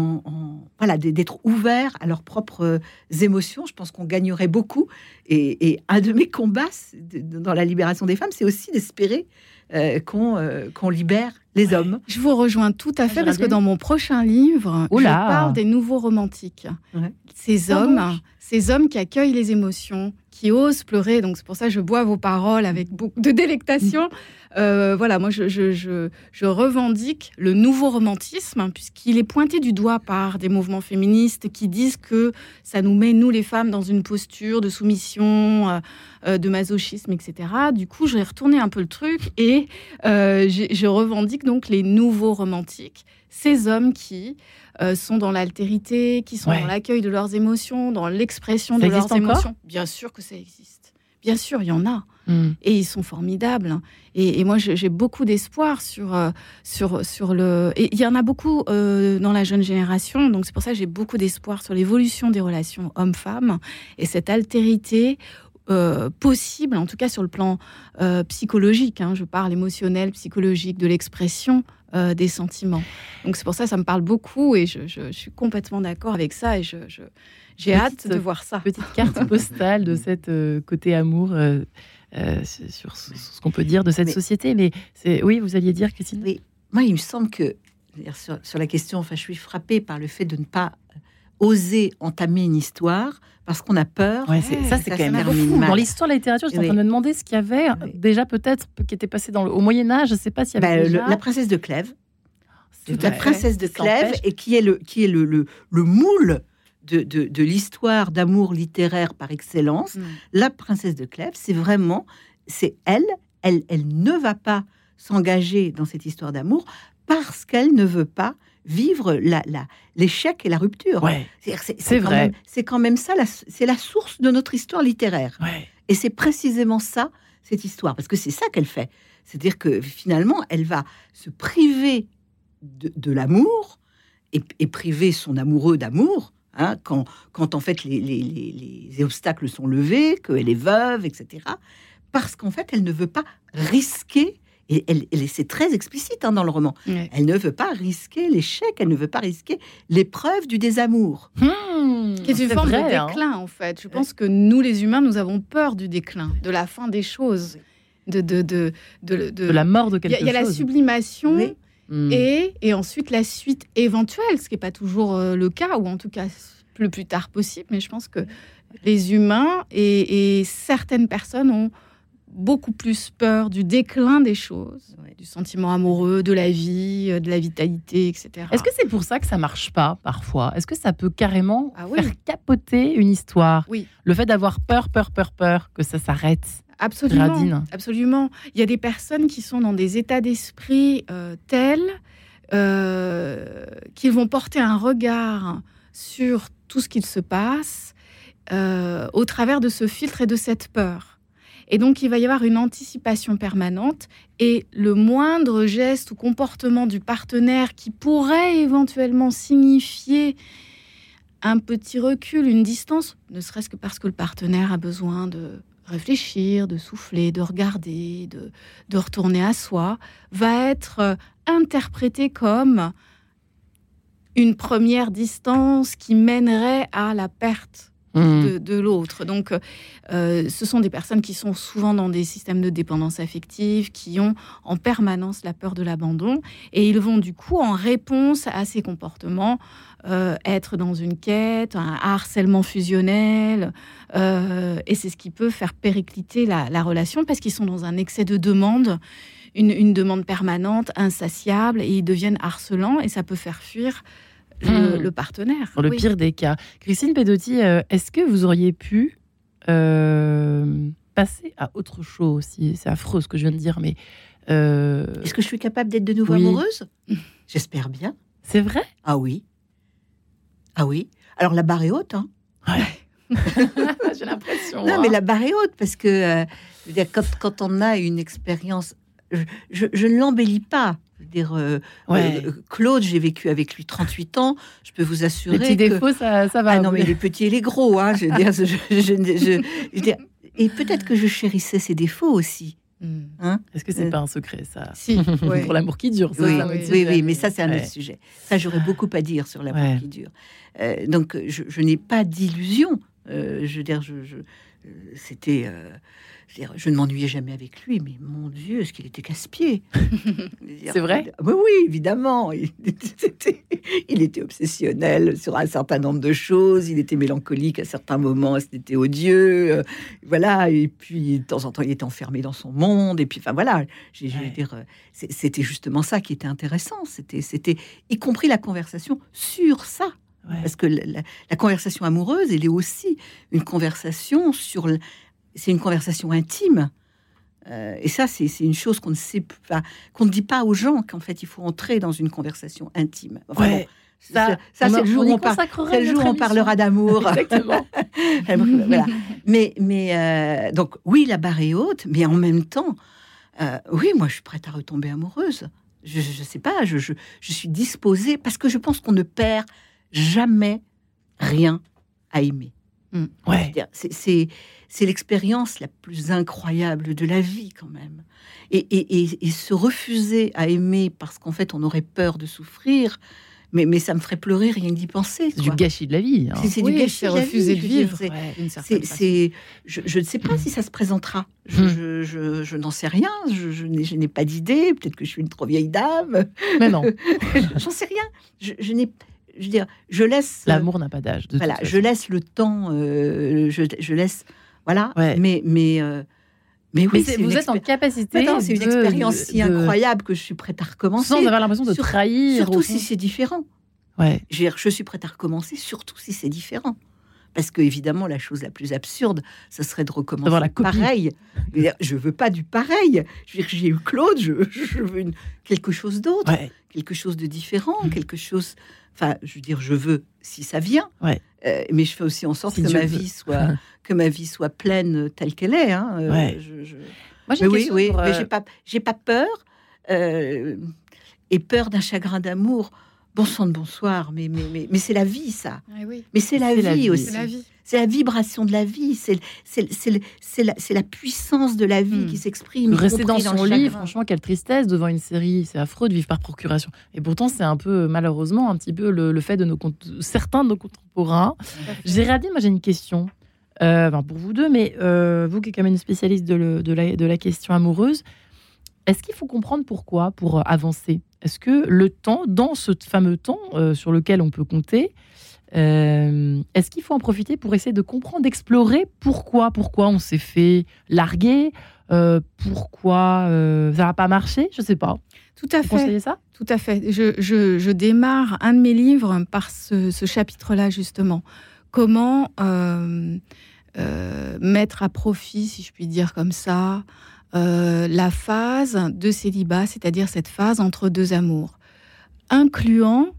Speaker 2: d'être ouverts à leurs propres émotions. Je pense qu'on gagnerait beaucoup. Et un de mes combats dans la libération des femmes, c'est aussi d'espérer qu'on libère les hommes.
Speaker 3: Je vous rejoins tout à fait parce que dans mon prochain livre, je parle des nouveaux romantiques. Ces hommes qui accueillent les émotions, qui osent pleurer. Donc c'est pour ça que je bois vos paroles avec beaucoup de délectation. Moi je revendique le nouveau romantisme puisqu'il est pointé du doigt par des mouvements féministes qui disent que ça nous met, nous les femmes, dans une posture de soumission, de masochisme, etc. Du coup, j'ai retourné un peu le truc et je revendique donc les nouveaux romantiques, ces hommes qui sont dans l'altérité, qui sont dans l'accueil de leurs émotions, dans l'expression de leurs émotions. Bien sûr que ça existe. Bien sûr, il y en a. Et ils sont formidables. Et moi, j'ai beaucoup d'espoir sur le... Et il y en a beaucoup dans la jeune génération. Donc, c'est pour ça que j'ai beaucoup d'espoir sur l'évolution des relations hommes-femmes et cette altérité possible, en tout cas sur le plan psychologique. Je parle émotionnel, psychologique, de l'expression des sentiments. Donc c'est pour ça que ça me parle beaucoup et je suis complètement d'accord avec ça et j'ai hâte de voir ça.
Speaker 1: Petite carte postale de cette côté amour sur ce qu'on peut dire de cette société. Mais oui, vous alliez dire, Christine?
Speaker 2: Oui, moi il me semble que sur la question, je suis frappée par le fait de ne pas oser entamer une histoire parce qu'on a peur.
Speaker 1: Ça, c'est quand même fou. Dans l'histoire de la littérature, j'étais en train de me demander ce qu'il y avait déjà peut-être qui était passé au Moyen-Âge. Je ne sais pas s'il y avait déjà...
Speaker 2: La princesse de Clèves. La princesse de Clèves et qui est le moule de l'histoire d'amour littéraire par excellence. La princesse de Clèves, c'est elle ne va pas s'engager dans cette histoire d'amour parce qu'elle ne veut pas vivre l'échec et la rupture. C'est vrai. C'est quand même ça, c'est la source de notre histoire littéraire. Et c'est précisément ça, cette histoire, parce que c'est ça qu'elle fait. C'est-à-dire que finalement, elle va se priver de l'amour et priver son amoureux d'amour, quand en fait les obstacles sont levés, qu'elle est veuve, etc. Parce qu'en fait, elle ne veut pas risquer. Et c'est très explicite dans le roman. Elle ne veut pas risquer l'échec, elle ne veut pas risquer l'épreuve du désamour.
Speaker 3: Qui est une forme de déclin, en fait. Je pense que nous, les humains, nous avons peur du déclin, de la fin des choses, de
Speaker 1: la mort de quelque chose.
Speaker 3: Il y a la sublimation et ensuite la suite éventuelle, ce qui n'est pas toujours le cas, ou en tout cas le plus tard possible. Mais je pense que les humains et certaines personnes ont beaucoup plus peur du déclin des choses, du sentiment amoureux, de la vie, de la vitalité, etc.
Speaker 1: Est-ce que c'est pour ça que ça marche pas parfois ? Est-ce que ça peut carrément faire capoter une histoire ?
Speaker 3: Oui.
Speaker 1: Le fait d'avoir peur, que ça s'arrête.
Speaker 3: Absolument,
Speaker 1: Gradine.
Speaker 3: absolument. Il y a des personnes qui sont dans des états d'esprit tels qu'ils vont porter un regard sur tout ce qu'il se passe au travers de ce filtre et de cette peur. Et donc, il va y avoir une anticipation permanente et le moindre geste ou comportement du partenaire qui pourrait éventuellement signifier un petit recul, une distance, ne serait-ce que parce que le partenaire a besoin de réfléchir, de souffler, de regarder, de retourner à soi, va être interprété comme une première distance qui mènerait à la perte de l'autre. Donc, ce sont des personnes qui sont souvent dans des systèmes de dépendance affective, qui ont en permanence la peur de l'abandon, et ils vont du coup, en réponse à ces comportements, être dans une quête, un harcèlement fusionnel, et c'est ce qui peut faire péricliter la relation, parce qu'ils sont dans un excès de demande, une demande permanente, insatiable, et ils deviennent harcelants, et ça peut faire fuir le partenaire.
Speaker 1: Dans le pire des cas. Christine Pedotti, est-ce que vous auriez pu passer à autre chose ? C'est affreux ce que je viens de dire, mais...
Speaker 2: Est-ce que je suis capable d'être de nouveau amoureuse ? J'espère bien.
Speaker 1: C'est vrai ?
Speaker 2: Ah oui. Ah oui. Alors la barre est haute, hein.
Speaker 1: Ouais. J'ai l'impression.
Speaker 2: Non, mais la barre est haute, parce que je veux dire, quand on a une expérience... Je ne l'embellis pas. Je veux dire, Claude, j'ai vécu avec lui 38 ans. Je peux vous assurer
Speaker 1: les petits défauts, ça va.
Speaker 2: Ah non, mais les petits et les gros. Hein, je veux dire, je veux dire, et peut-être que je chérissais ses défauts aussi. Hein,
Speaker 1: est-ce que c'est pas un secret, ça?
Speaker 3: Si,
Speaker 1: pour l'amour qui dure. Ça,
Speaker 2: oui, mais ça, c'est un autre sujet. Ça, j'aurais beaucoup à dire sur l'amour qui dure. Donc, je n'ai pas d'illusion. Je veux dire, c'était... je ne m'ennuyais jamais avec lui, mais mon Dieu, est-ce qu'il était casse-pied.
Speaker 1: C'est vrai?
Speaker 2: Oui, évidemment. Il était obsessionnel sur un certain nombre de choses. Il était mélancolique à certains moments. C'était odieux. Voilà. Et puis, de temps en temps, il était enfermé dans son monde. Et puis, enfin, voilà. Je veux dire, c'était justement ça qui était intéressant. C'était y compris la conversation sur ça. Parce que la conversation amoureuse, elle est aussi une conversation sur... C'est une conversation intime. Et ça, c'est une chose qu'on ne sait pas, qu'on ne dit pas aux gens, qu'en fait, il faut entrer dans une conversation intime. Enfin, bon, ça c'est le jour où on parlera d'amour. Exactement. Voilà. Mais donc, oui, la barre est haute, mais en même temps, oui, moi, je suis prête à retomber amoureuse. Je sais pas, je suis disposée, parce que je pense qu'on ne perd jamais rien à aimer. C'est l'expérience la plus incroyable de la vie, quand même. Et se refuser à aimer parce qu'en fait, on aurait peur de souffrir, mais ça me ferait pleurer rien que d'y penser.
Speaker 1: C'est du gâchis de la vie. Hein.
Speaker 3: C'est du gâchis de refuser de vivre.
Speaker 2: Je ne sais pas si ça se présentera. Je n'en sais rien. Je n'ai pas d'idée. Peut-être que je suis une trop vieille dame.
Speaker 1: Mais non.
Speaker 2: J'en sais rien. Je n'ai... Je veux dire, je laisse...
Speaker 1: L'amour n'a pas d'âge.
Speaker 2: Voilà, je laisse le temps... je laisse... Voilà. Mais oui,
Speaker 1: vous êtes en capacité...
Speaker 2: c'est une expérience si incroyable que je suis prête à recommencer.
Speaker 1: Sans avoir l'impression de trahir.
Speaker 2: Surtout si c'est différent. Je suis prête à recommencer, surtout si c'est différent. Parce que, évidemment, la chose la plus absurde, ça serait de recommencer pareil. Je veux pas du pareil. Je veux dire, j'ai eu Claude, je veux quelque chose d'autre, quelque chose de différent, quelque chose... Enfin, je veux dire, je veux si ça vient, mais je fais aussi en sorte que ma vie soit pleine telle qu'elle est. Hein.
Speaker 1: Moi, j'ai une question
Speaker 2: mais j'ai pas peur, et peur d'un chagrin d'amour. Bon sang de bonsoir, mais c'est la vie, ça. Mais c'est la vie aussi. C'est la vibration de la vie. C'est la puissance de la vie qui s'exprime.
Speaker 1: Rester dans son lit, franchement, quelle tristesse devant une série. C'est affreux de vivre par procuration. Et pourtant, c'est un peu, malheureusement, un petit peu le fait de certains de nos contemporains. Géraldine, moi, j'ai une question. Pour vous deux, mais vous qui êtes quand même une spécialiste de la question amoureuse, est-ce qu'il faut comprendre pourquoi pour avancer? Est-ce que le temps, dans ce fameux temps sur lequel on peut compter, est-ce est-ce qu'il faut en profiter pour essayer de comprendre, d'explorer pourquoi on s'est fait larguer, pourquoi ça n'a pas marché, je ne sais pas.
Speaker 3: Tout à
Speaker 1: Vous conseillez ça ?
Speaker 3: Tout à fait. Je démarre un de mes livres par ce chapitre-là, justement. Comment mettre à profit, si je puis dire comme ça, la phase de célibat, c'est-à-dire cette phase entre deux amours, incluant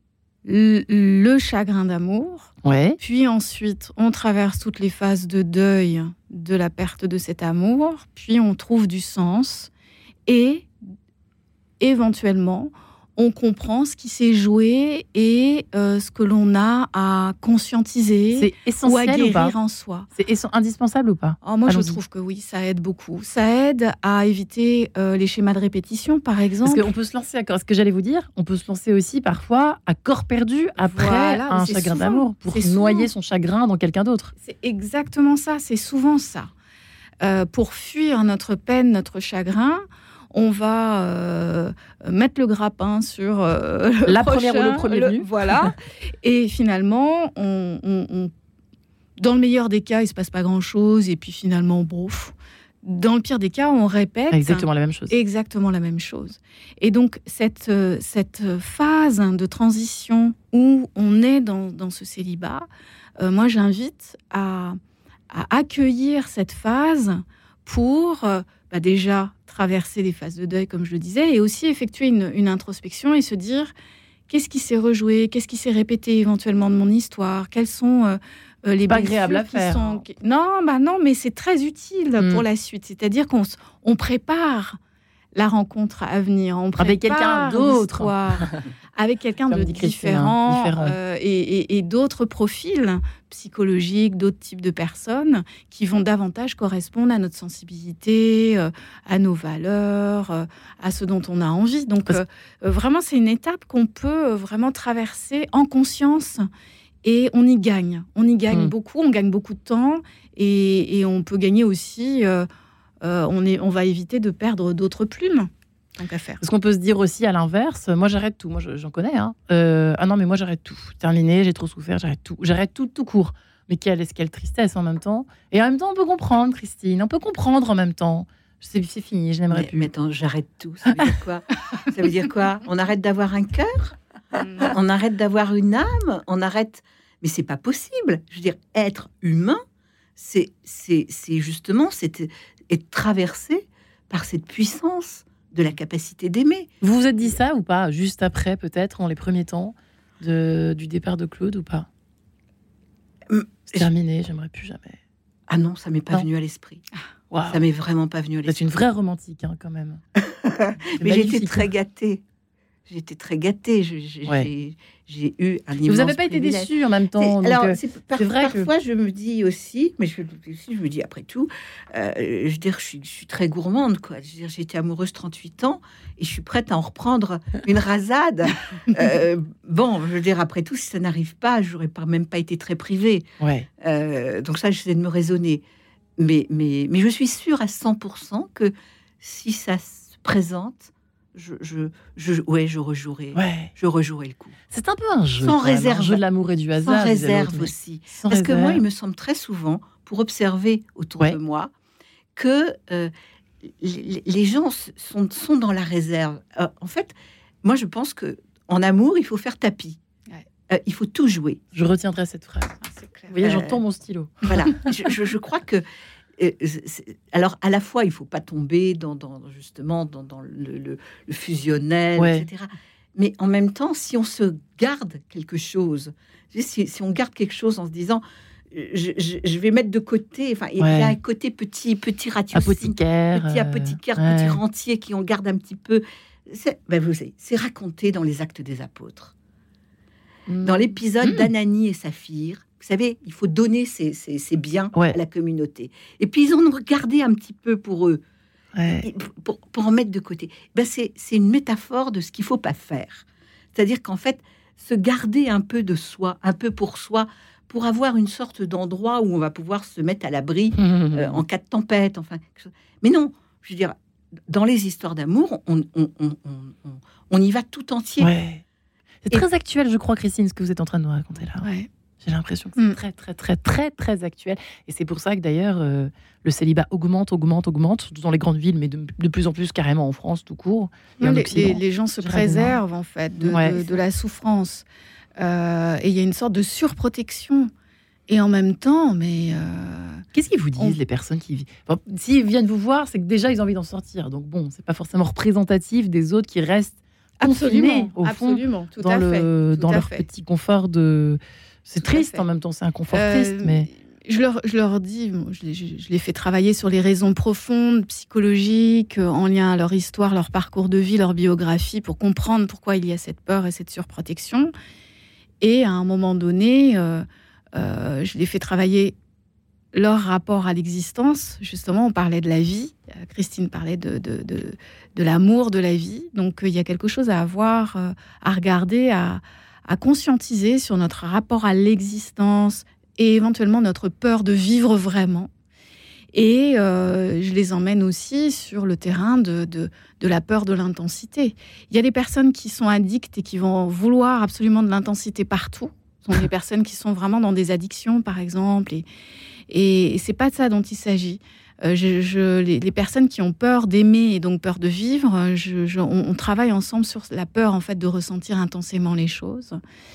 Speaker 3: le chagrin d'amour.
Speaker 1: Ouais.
Speaker 3: Puis ensuite, on traverse toutes les phases de deuil de la perte de cet amour. Puis on trouve du sens. Et éventuellement, on comprend ce qui s'est joué et ce que l'on a à conscientiser
Speaker 1: C'est essentiel
Speaker 3: ou à
Speaker 1: ou pas
Speaker 3: guérir en soi.
Speaker 1: C'est indispensable ou pas ?
Speaker 3: Moi, je
Speaker 1: Allons-y.
Speaker 3: trouve que oui, ça aide beaucoup. Ça aide à éviter les schémas de répétition, par exemple.
Speaker 1: Parce qu'on peut se lancer, ce que j'allais vous dire, on peut se lancer aussi parfois à corps perdu après
Speaker 3: Voilà,
Speaker 1: un
Speaker 3: c'est
Speaker 1: chagrin
Speaker 3: souvent,
Speaker 1: d'amour, pour
Speaker 3: c'est
Speaker 1: noyer
Speaker 3: souvent.
Speaker 1: son chagrin dans quelqu'un d'autre.
Speaker 3: C'est exactement ça, c'est souvent ça. Pour fuir notre peine, notre chagrin, on va mettre le grappin sur
Speaker 1: La première ou le premier venu.
Speaker 3: Voilà. Et finalement, dans le meilleur des cas, il ne se passe pas grand-chose. Et puis finalement, bouf. Dans le pire des cas, on répète
Speaker 1: Exactement la même chose.
Speaker 3: exactement la même chose. Et donc, cette phase de transition où on est dans ce célibat, moi, j'invite à accueillir cette phase pour déjà traverser les phases de deuil, comme je le disais, et aussi effectuer une introspection et se dire qu'est-ce qui s'est rejoué, qu'est-ce qui s'est répété éventuellement de mon histoire, quels sont les
Speaker 1: pas
Speaker 3: blessures
Speaker 1: agréable à
Speaker 3: qui
Speaker 1: faire.
Speaker 3: sont... Non, mais c'est très utile pour la suite. C'est-à-dire qu'on prépare la rencontre à venir, on prépare
Speaker 1: Avec quelqu'un d'autre.
Speaker 3: l'histoire, avec quelqu'un
Speaker 1: Comme
Speaker 3: de
Speaker 1: dit Christine,
Speaker 3: différent,
Speaker 1: différent.
Speaker 3: et d'autres profils psychologiques, d'autres types de personnes qui vont davantage correspondre à notre sensibilité, à nos valeurs, à ce dont on a envie. Donc vraiment, c'est une étape qu'on peut vraiment traverser en conscience. Et on y gagne beaucoup, on gagne beaucoup de temps et on peut gagner aussi, on va éviter de perdre d'autres plumes, tant qu'à faire.
Speaker 1: Parce qu'on peut se dire aussi à l'inverse, moi j'arrête tout, moi j'en connais. Ah non mais moi j'arrête tout, terminé, j'ai trop souffert, j'arrête tout court. Mais quelle tristesse en même temps. Et en même temps on peut comprendre Christine, on peut comprendre en même temps. C'est fini, je n'aimerais plus.
Speaker 2: Mais attends, j'arrête tout, ça veut dire quoi ? Ça veut dire quoi ? On arrête d'avoir un cœur ? On arrête d'avoir une âme, on arrête. Mais c'est pas possible. Je veux dire, être humain, c'est justement être traversé par cette puissance de la capacité d'aimer.
Speaker 1: Vous vous êtes dit ça ou pas ? Juste après, peut-être, en les premiers temps du départ de Claude ou pas ? C'est terminé, j'aimerais plus jamais.
Speaker 2: Ah non, ça m'est pas venu à l'esprit.
Speaker 1: Wow.
Speaker 2: Ça m'est vraiment pas venu à l'esprit.
Speaker 1: C'est une vraie romantique, quand même.
Speaker 2: Mais j'étais très gâtée. J'ai eu un immense
Speaker 1: Vous n'avez pas été
Speaker 2: privilège.
Speaker 1: déçue en même temps.
Speaker 2: Alors,
Speaker 1: donc,
Speaker 2: c'est vrai parfois, je me dis aussi, mais je me dis après tout, je veux dire, je suis très gourmande, quoi. Je veux dire, j'ai été amoureuse 38 ans et je suis prête à en reprendre une rasade. Bon, je veux dire, après tout, si ça n'arrive pas, j'aurais même pas été très privée.
Speaker 1: Ouais.
Speaker 2: Donc ça, j'essaie de me raisonner. Mais je suis sûre à 100% que si ça se présente, je rejouerai.
Speaker 1: Ouais.
Speaker 2: Je rejouerai le coup.
Speaker 1: C'est un peu un jeu.
Speaker 2: Sans
Speaker 1: quand même,
Speaker 2: réserve.
Speaker 1: un jeu de l'amour et du hasard.
Speaker 2: Sans
Speaker 1: disait
Speaker 2: réserve
Speaker 1: l'autre, mais
Speaker 2: aussi.
Speaker 1: sans
Speaker 2: Parce que
Speaker 1: réserve.
Speaker 2: moi, il me semble très souvent, pour observer autour de moi, que les gens sont dans la réserve. En fait, moi, je pense que en amour, il faut faire tapis. Ouais. Il faut tout jouer.
Speaker 1: Je retiendrai cette phrase.
Speaker 3: C'est clair.
Speaker 1: Vous voyez, j'entends mon stylo.
Speaker 2: Voilà. je crois que alors, à la fois, il ne faut pas tomber dans le fusionnel, etc. Mais en même temps, si on se garde quelque chose, si on garde quelque chose en se disant, je vais mettre de côté, enfin, il y a un côté petit ratiocine,
Speaker 1: apothicaire,
Speaker 2: petit rentier qui en garde un petit peu. Vous savez, c'est raconté dans les Actes des Apôtres. Dans l'épisode d'Ananie et Saphir, vous savez, il faut donner ses biens à la communauté. Et puis, ils en ont gardé un petit peu pour eux, pour en mettre de côté. C'est une métaphore de ce qu'il ne faut pas faire. C'est-à-dire qu'en fait, se garder un peu de soi, un peu pour soi, pour avoir une sorte d'endroit où on va pouvoir se mettre à l'abri en cas de tempête. Enfin, mais non, je veux dire, dans les histoires d'amour, on y va tout entier.
Speaker 1: Ouais. C'est très actuel, je crois, Christine, ce que vous êtes en train de nous raconter là.
Speaker 3: Ouais.
Speaker 1: J'ai l'impression que c'est très, très, très, très, très actuel. Et c'est pour ça que d'ailleurs, le célibat augmente, surtout dans les grandes villes, mais de plus en plus carrément en France, tout court.
Speaker 3: Les gens se préservent, en fait, de la souffrance. Et il y a une sorte de surprotection. Et en même temps,
Speaker 1: qu'est-ce qu'ils vous disent, les personnes qui... Enfin, s'ils viennent vous voir, c'est que déjà, ils ont envie d'en sortir. Donc bon, c'est pas forcément représentatif des autres qui restent confinés, au fond, dans leur petit confort de... C'est triste en même temps, c'est un confort triste, mais...
Speaker 3: Je leur dis, je les fais travailler sur les raisons profondes, psychologiques, en lien à leur histoire, leur parcours de vie, leur biographie, pour comprendre pourquoi il y a cette peur et cette surprotection. Et à un moment donné, je les fais travailler leur rapport à l'existence. Justement, on parlait de la vie. Christine parlait de l'amour de la vie. Donc, il y a quelque chose à avoir, à regarder, à conscientiser sur notre rapport à l'existence et éventuellement notre peur de vivre vraiment. Et je les emmène aussi sur le terrain de la peur de l'intensité. Il y a des personnes qui sont addictes et qui vont vouloir absolument de l'intensité partout. Ce sont des personnes qui sont vraiment dans des addictions, par exemple. Et c'est pas de ça dont il s'agit. Les personnes qui ont peur d'aimer et donc peur de vivre, on travaille ensemble sur la peur, en fait, de ressentir intensément les choses.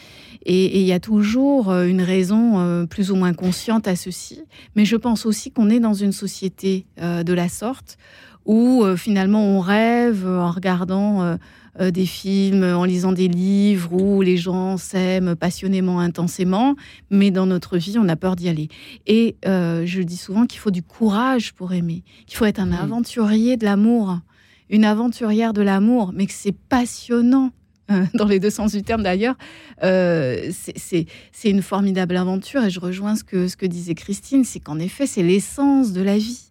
Speaker 3: Et il y a toujours une raison plus ou moins consciente à ceci. Mais je pense aussi qu'on est dans une société de la sorte où finalement on rêve en regardant des films, en lisant des livres où les gens s'aiment passionnément, intensément. Mais dans notre vie, on a peur d'y aller. Et je dis souvent qu'il faut du courage pour aimer, qu'il faut être un aventurier de l'amour, une aventurière de l'amour, mais que c'est passionnant. Dans les deux sens du terme d'ailleurs, c'est une formidable aventure et je rejoins ce que disait Christine, c'est qu'en effet c'est l'essence de la vie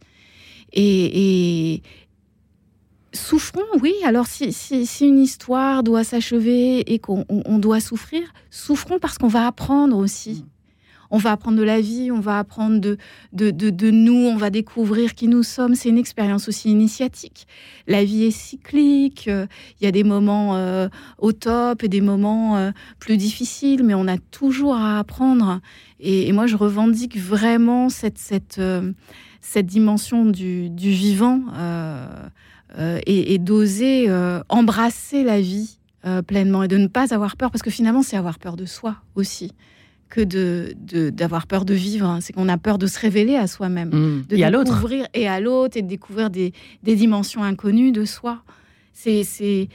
Speaker 3: et souffrons, oui, alors si une histoire doit s'achever et qu'on doit souffrir, souffrons parce qu'on va apprendre aussi. On va apprendre de la vie, on va apprendre de nous, on va découvrir qui nous sommes. C'est une expérience aussi initiatique. La vie est cyclique, il y a des moments au top et des moments plus difficiles, mais on a toujours à apprendre. Et moi, je revendique vraiment cette dimension du vivant et d'oser embrasser la vie pleinement et de ne pas avoir peur, parce que finalement, c'est avoir peur de soi aussi. Que d'avoir peur de vivre, c'est qu'on a peur de se révéler à soi-même, de découvrir et à l'autre et de découvrir des dimensions inconnues de soi. Il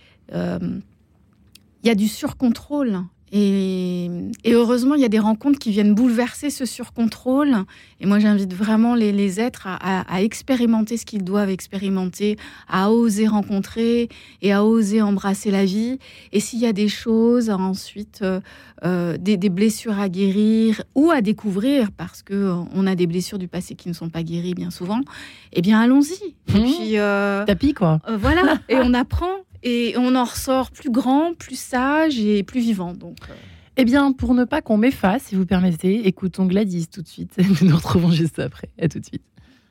Speaker 3: y a du surcontrôle et heureusement il y a des rencontres qui viennent bouleverser ce surcontrôle. Et moi j'invite vraiment les êtres à expérimenter ce qu'ils doivent expérimenter, à oser rencontrer et à oser embrasser la vie. Et s'il y a des choses ensuite des blessures à guérir ou à découvrir, parce que on a des blessures du passé qui ne sont pas guéries bien souvent, eh bien allons-y. Et puis
Speaker 1: tapis quoi.
Speaker 3: Voilà, et on apprend et on en ressort plus grand, plus sage et plus vivant. Donc
Speaker 1: eh bien, pour ne pas qu'on m'efface, si vous permettez, écoutons Gladys tout de suite. Nous nous retrouvons juste après. À tout de suite.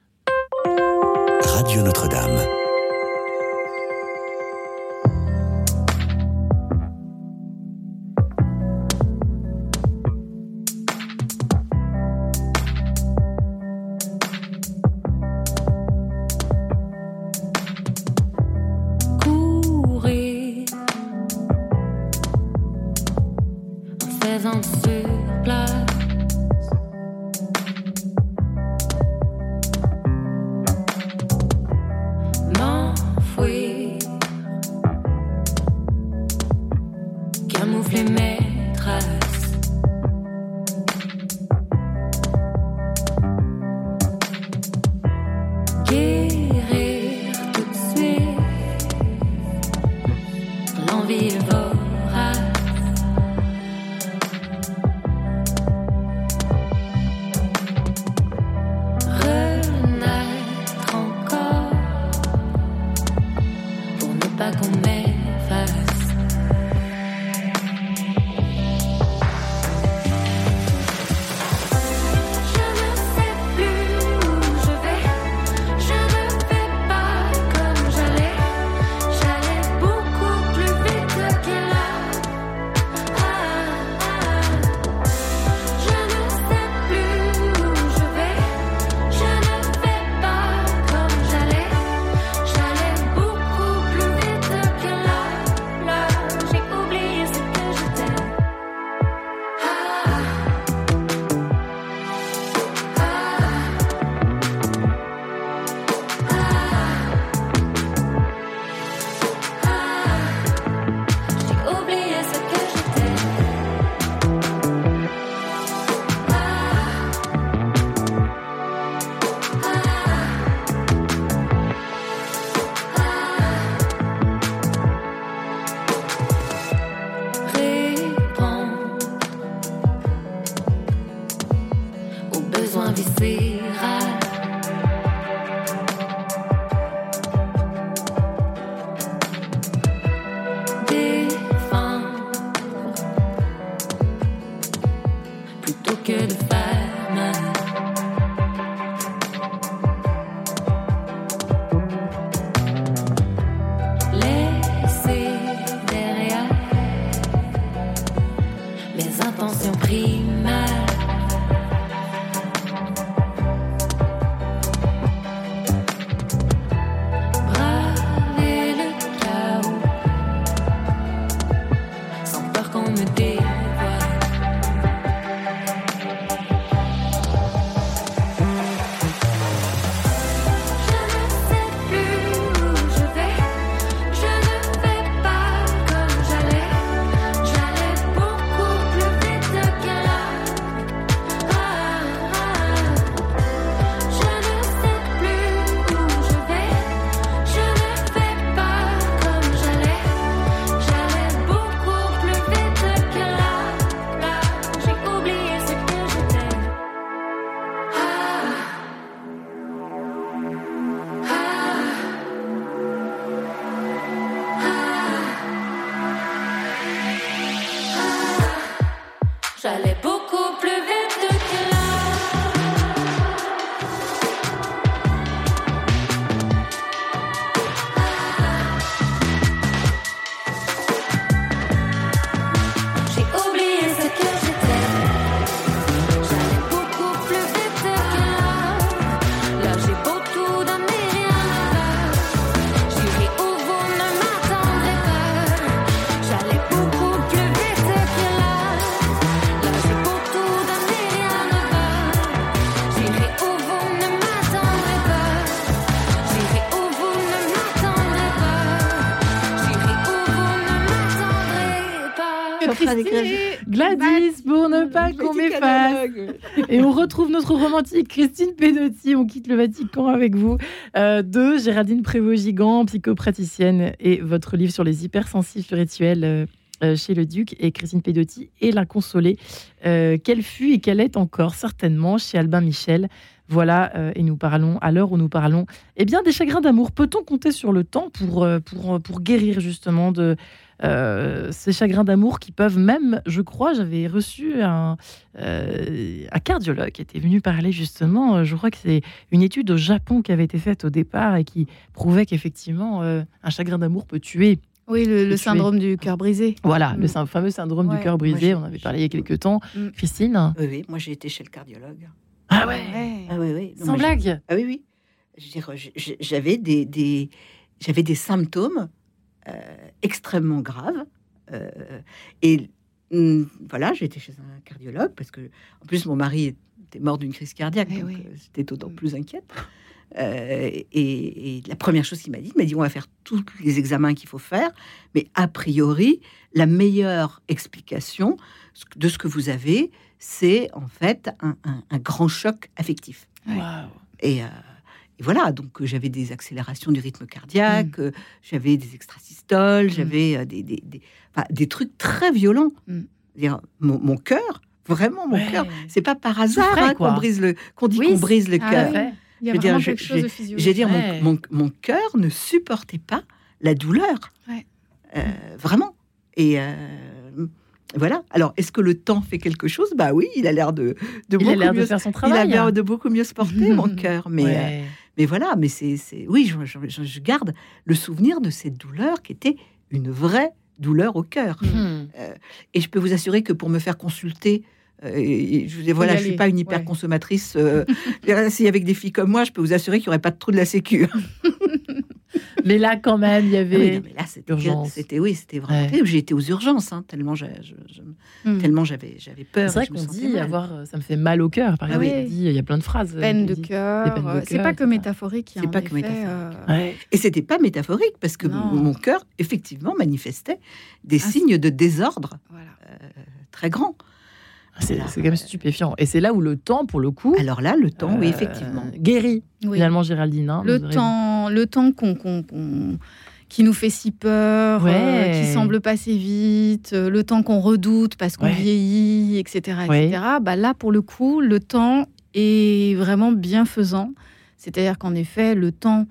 Speaker 8: Radio Notre-Dame.
Speaker 9: besoin viscéral. Défendre plutôt que de faire mal. Laisser derrière les intentions primaires. Braver le chaos sans peur qu'on me dévoile. Je ne sais plus où je vais, je ne vais pas comme j'allais. J'allais beaucoup plus vite que là. Je ne sais plus où je vais, je ne vais pas comme j'allais. J'allais beaucoup plus vite que là. J'ai oublié ce que j'étais. J'allais beaucoup plus vite que là. J'ai oublié ce que j'étais. J'allais beaucoup plus vite que là. Là j'ai beau tout donner, rien ne va. J'irai où vous ne m'attendrez pas. J'allais beaucoup plus vite que là. Là j'ai beau tout donner, rien ne va. J'irai où vous ne m'attendrez pas. J'irai où vous ne m'attendrez pas. J'irai où vous ne m'attendrez pas.
Speaker 1: Gladys, pour ne pas qu'on m'efface. Et on retrouve notre romantique Christine Pedotti. On quitte le Vatican avec vous. De Géraldine Prévost-Gigant, psychopraticienne, et votre livre sur les hypersensibles spirituels chez le Duc, et Christine Pedotti et l'inconsolée. Qu'elle fut et qu'elle est encore certainement chez Albin Michel. Voilà, et nous parlons, à l'heure où nous parlons, eh bien, des chagrins d'amour. Peut-on compter sur le temps pour guérir justement de ces chagrins d'amour qui peuvent même, je crois, j'avais reçu un cardiologue qui était venu parler justement, je crois que c'est une étude au Japon qui avait été faite au départ et qui prouvait qu'effectivement, un chagrin d'amour peut tuer.
Speaker 3: Oui, le syndrome du cœur brisé.
Speaker 1: Voilà, le fameux syndrome du cœur brisé, on avait parlé il y a quelques temps. Christine ?
Speaker 2: Oui, moi j'ai été chez le cardiologue.
Speaker 1: Ah ouais.
Speaker 2: Ah oui.
Speaker 1: Sans blague.
Speaker 2: Ah oui. Je veux dire, j'avais des symptômes extrêmement graves. Et voilà, j'ai été chez un cardiologue parce que, en plus, mon mari était mort d'une crise cardiaque, donc j'étais d'autant plus inquiète. Et la première chose qu'il m'a dit, on va faire tous les examens qu'il faut faire, mais a priori, la meilleure explication de ce que vous avez, c'est en fait un grand choc affectif.
Speaker 1: Wow.
Speaker 2: Et voilà, donc j'avais des accélérations du rythme cardiaque, j'avais des extrasystoles, j'avais des trucs très violents. C'est-à-dire, mon cœur, vraiment mon cœur, c'est pas par hasard qu'on brise qu'on dit qu'on brise le cœur.
Speaker 3: Il y a vraiment quelque chose de physiologique.
Speaker 2: Mon cœur ne supportait pas la douleur. Vraiment. Et voilà. Alors, est-ce que le temps fait quelque chose ? Bah oui, il a l'air de
Speaker 1: faire son travail.
Speaker 2: Il a l'air de beaucoup mieux se porter, mon cœur. Mais voilà, mais oui, je garde le souvenir de cette douleur qui était une vraie douleur au cœur. Et je peux vous assurer que pour me faire consulter, je suis pas une hyper consommatrice. Si avec des filles comme moi, je peux vous assurer qu'il n'y aurait pas de trou de la sécu.
Speaker 1: Mais là, quand même, il y avait
Speaker 2: urgence. C'était vraiment terrible. J'ai été aux urgences, tellement j'avais peur.
Speaker 1: C'est vrai qu'on dit ça me fait mal au cœur. Par exemple, il y a plein de phrases.
Speaker 3: Peine de cœur. C'est pas que métaphorique.
Speaker 2: C'est pas que métaphorique. Et c'était pas métaphorique parce que mon cœur, effectivement, manifestait des signes de désordre très grands.
Speaker 1: C'est quand même stupéfiant. Et c'est là où le temps, pour le coup...
Speaker 2: Alors là, le temps, oui, effectivement.
Speaker 1: Guérit, finalement, Géraldine. Hein,
Speaker 3: le temps qui nous fait si peur, qui semble passer vite, le temps qu'on redoute parce qu'on vieillit, etc. Bah là, pour le coup, le temps, et vraiment bienfaisant. C'est-à-dire qu'en effet, le temps...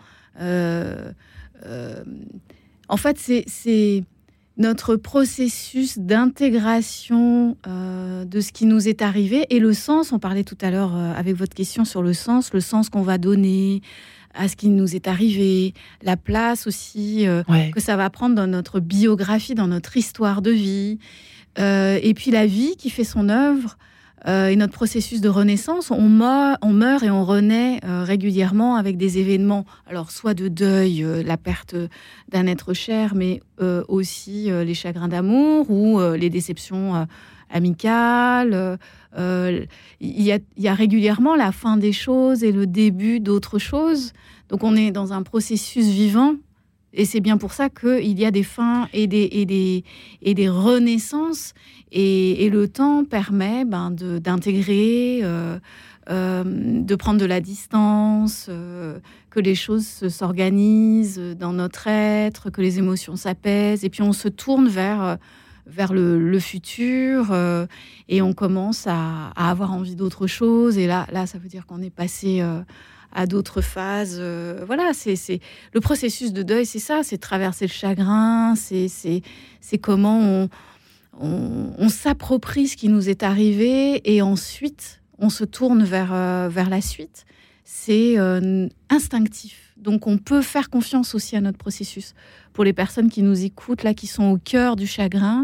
Speaker 3: en fait, c'est notre processus d'intégration de ce qui nous est arrivé et le sens. On parlait tout à l'heure avec votre question sur le sens qu'on va donner à ce qui nous est arrivé, la place aussi que ça va prendre dans notre biographie, dans notre histoire de vie, et puis la vie qui fait son œuvre. Et notre processus de renaissance, on meurt et on renaît régulièrement avec des événements, alors soit de deuil, la perte d'un être cher, mais aussi les chagrins d'amour ou les déceptions amicales. Il y a régulièrement la fin des choses et le début d'autres choses. Donc on est dans un processus vivant. Et c'est bien pour ça qu'il y a des fins et des renaissances. Et le temps permet d'intégrer, de prendre de la distance, que les choses s'organisent dans notre être, que les émotions s'apaisent. Et puis on se tourne vers le futur et on commence à avoir envie d'autre chose. Et là, ça veut dire qu'on est passé... à d'autres phases. Voilà, c'est le processus de deuil, c'est ça, c'est traverser le chagrin, c'est comment on s'approprie ce qui nous est arrivé et ensuite on se tourne vers la suite. C'est instinctif. Donc on peut faire confiance aussi à notre processus. Pour les personnes qui nous écoutent, là, qui sont au cœur du chagrin,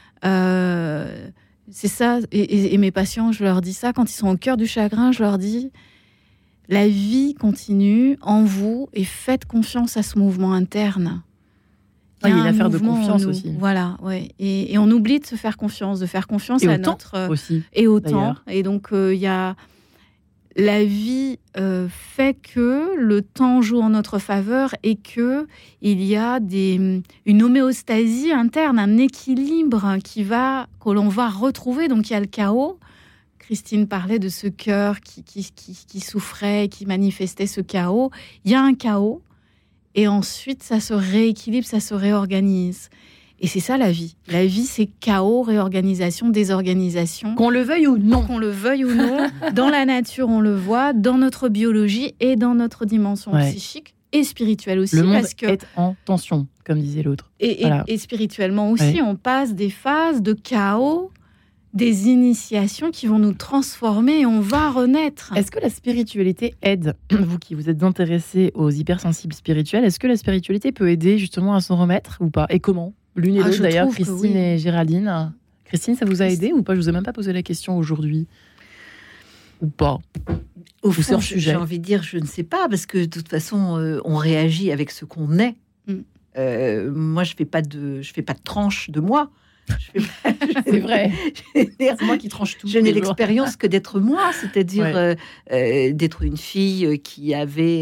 Speaker 3: c'est ça, et mes patients, je leur dis ça, quand ils sont au cœur du chagrin, je leur dis... La vie continue en vous et faites confiance à ce mouvement interne.
Speaker 1: Il y a une affaire de confiance aussi.
Speaker 3: Voilà, ouais. Et on oublie de se faire confiance, à notre...
Speaker 1: aussi,
Speaker 3: et au temps. Et donc, il y a... La vie fait que le temps joue en notre faveur et qu'il y a une homéostasie interne, un équilibre que l'on va retrouver. Donc, il y a le chaos. Christine parlait de ce cœur qui souffrait, qui manifestait ce chaos. Il y a un chaos et ensuite ça se rééquilibre, ça se réorganise. Et c'est ça la vie. La vie, c'est chaos, réorganisation, désorganisation.
Speaker 1: Qu'on le veuille ou non.
Speaker 3: Qu'on le veuille ou non. Dans la nature, on le voit, dans notre biologie et dans notre dimension psychique et spirituelle aussi.
Speaker 1: Le monde
Speaker 3: parce que...
Speaker 1: est en tension, comme disait l'autre.
Speaker 3: Et spirituellement aussi, on passe des phases de chaos, des initiations qui vont nous transformer et on va renaître.
Speaker 1: Est-ce que la spiritualité aide, vous qui vous êtes intéressés aux hypersensibles spirituels, est-ce que la spiritualité peut aider justement à s'en remettre ou pas? Et comment? L'une et l'autre d'ailleurs, Christine et Géraldine. Christine, ça vous a aidé ou pas? Je vous ai même pas posé la question aujourd'hui. Ou pas?
Speaker 2: Au fond, j'ai envie de dire, je ne sais pas, parce que de toute façon, on réagit avec ce qu'on est. Moi, je fais pas de tranche de moi.
Speaker 1: C'est vrai. C'est moi qui tranche tout.
Speaker 2: Je n'ai l'expérience que d'être moi, c'est-à-dire d'être une fille qui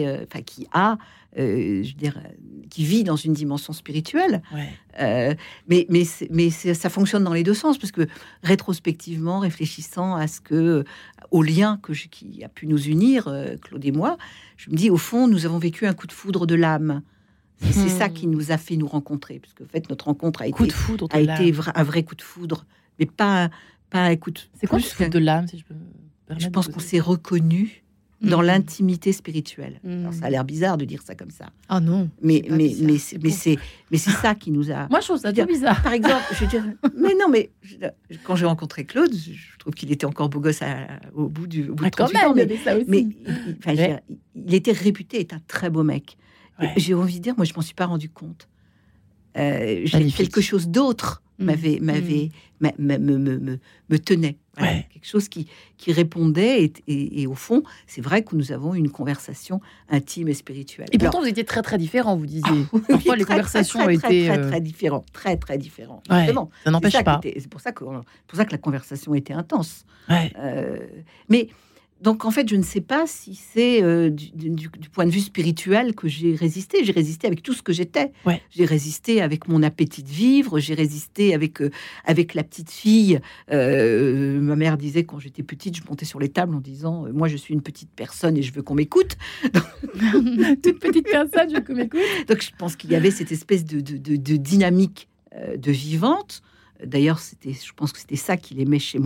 Speaker 2: vit dans une dimension spirituelle. Mais ça fonctionne dans les deux sens, parce que rétrospectivement, réfléchissant au lien qui a pu nous unir, Claude et moi, je me dis, au fond, nous avons vécu un coup de foudre de l'âme. C'est ça qui nous a fait nous rencontrer, parce qu'en fait, notre rencontre a été un vrai coup de foudre, mais pas un coup de...
Speaker 1: C'est quoi le foudre de l'âme, si je peux me permettre?
Speaker 2: Je pense qu'on s'est reconnu dans l'intimité spirituelle. Alors, ça a l'air bizarre de dire ça comme ça.
Speaker 3: Ah non.
Speaker 2: Mais c'est ça qui nous a...
Speaker 1: Moi, je trouve ça bizarre.
Speaker 2: Par exemple, je veux dire... Quand j'ai rencontré Claude, je trouve qu'il était encore beau gosse au bout du 38 ans. Mais il était réputé être un très beau mec. J'ai envie de dire, moi, je m'en suis pas rendu compte. Quelque chose d'autre me tenait. Voilà. Quelque chose qui répondait. Et au fond, c'est vrai que nous avons une conversation intime et spirituelle.
Speaker 1: Et pourtant, vous étiez très, très différents, vous disiez. Parfois, les conversations ont été...
Speaker 2: Très différents. Très, très différents.
Speaker 1: Ça n'empêche pas.
Speaker 2: C'est pour ça que la conversation était intense. Mais... Donc, en fait, je ne sais pas si c'est du point de vue spirituel que j'ai résisté. J'ai résisté avec tout ce que j'étais. J'ai résisté avec mon appétit de vivre. J'ai résisté avec la petite fille. Ma mère disait, quand j'étais petite, je montais sur les tables en disant « Moi, je suis une petite personne et je veux qu'on m'écoute. »
Speaker 1: Toute petite personne, je veux qu'on m'écoute.
Speaker 2: Donc, je pense qu'il y avait cette espèce de dynamique de vivante. D'ailleurs, je pense que c'était ça qu'il aimait chez moi.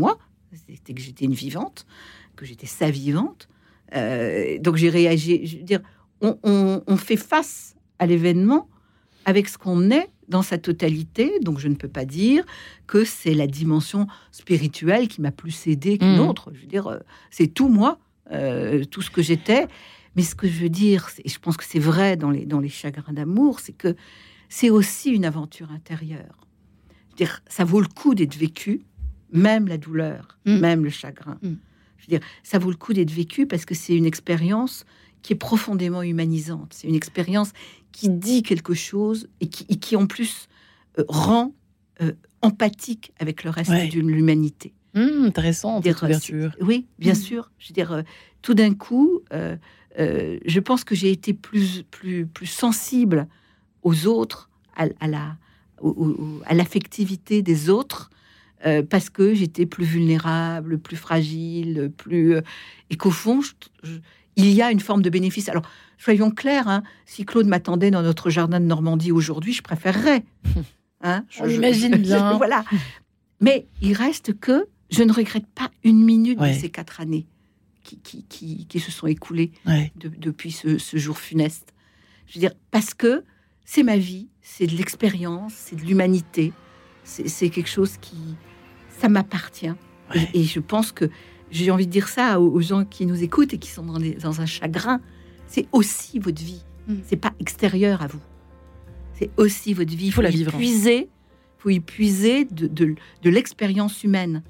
Speaker 2: C'était que j'étais une vivante, que j'étais sa vivante. Donc j'ai réagi. Je veux dire, on fait face à l'événement avec ce qu'on est dans sa totalité. Donc je ne peux pas dire que c'est la dimension spirituelle qui m'a plus aidée qu'une autre. Je veux dire, c'est tout moi, tout ce que j'étais. Mais ce que je veux dire, et je pense que c'est vrai dans les chagrins d'amour, c'est que c'est aussi une aventure intérieure. Je veux dire, ça vaut le coup d'être vécu, même la douleur, même le chagrin. Je veux dire, ça vaut le coup d'être vécu parce que c'est une expérience qui est profondément humanisante. C'est une expérience qui dit quelque chose et qui en plus rend empathique avec le reste de l'humanité.
Speaker 1: Intéressant, cette ouverture.
Speaker 2: Oui, bien sûr. Je veux dire, tout d'un coup, je pense que j'ai été plus sensible aux autres, à l'affectivité des autres, parce que j'étais plus vulnérable, plus fragile, et qu'au fond, il y a une forme de bénéfice. Alors, soyons clairs, hein, si Claude m'attendait dans notre jardin de Normandie aujourd'hui, je préférerais. Hein,
Speaker 1: on imagine bien.
Speaker 2: Voilà. Mais il reste que je ne regrette pas une minute de ces 4 années qui se sont écoulées depuis ce jour funeste. Je veux dire, parce que c'est ma vie, c'est de l'expérience, c'est de l'humanité, c'est quelque chose ça m'appartient. Et je pense que j'ai envie de dire ça aux gens qui nous écoutent et qui sont dans un chagrin. C'est aussi votre vie. C'est pas extérieur à vous. C'est aussi votre vie. Il faut
Speaker 1: la vivre.
Speaker 2: Il faut y puiser de l'expérience humaine.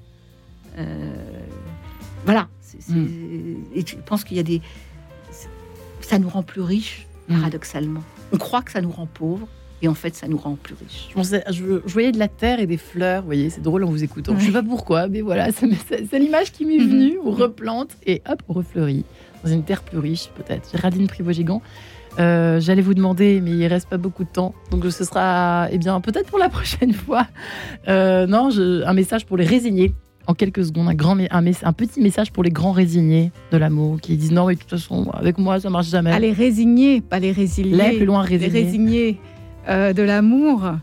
Speaker 2: Voilà. Et je pense qu'il y a ça nous rend plus riches, paradoxalement. On croit que ça nous rend pauvres. Et en fait, ça nous rend plus riches.
Speaker 1: Je voyais de la terre et des fleurs. Vous voyez, c'est drôle en vous écoutant. Je ne sais pas pourquoi, mais voilà, c'est l'image qui m'est venue. On replante et hop, on refleurit. Dans une terre plus riche, peut-être. Géraldine Prévost-Giguan, j'allais vous demander, mais il ne reste pas beaucoup de temps. Donc, ce sera, peut-être pour la prochaine fois. Un message pour les résignés. En quelques secondes, un petit message pour les grands résignés de l'amour qui disent non, mais de toute façon, avec moi, ça ne marche jamais.
Speaker 3: Ah, les résignés, pas les résiliés.
Speaker 1: Plus loin, résignés.
Speaker 3: Les résignés. De l'amour,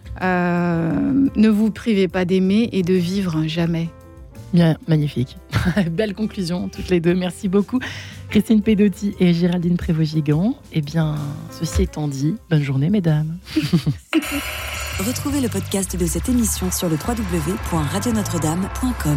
Speaker 3: ne vous privez pas d'aimer et de vivre jamais.
Speaker 1: Bien, magnifique. Belle conclusion, toutes les deux. Merci beaucoup, Christine Pedotti et Géraldine Prévost-Giguan. Ceci étant dit, bonne journée, mesdames.
Speaker 6: Retrouvez le podcast de cette émission sur le www.radionotre-dame.com.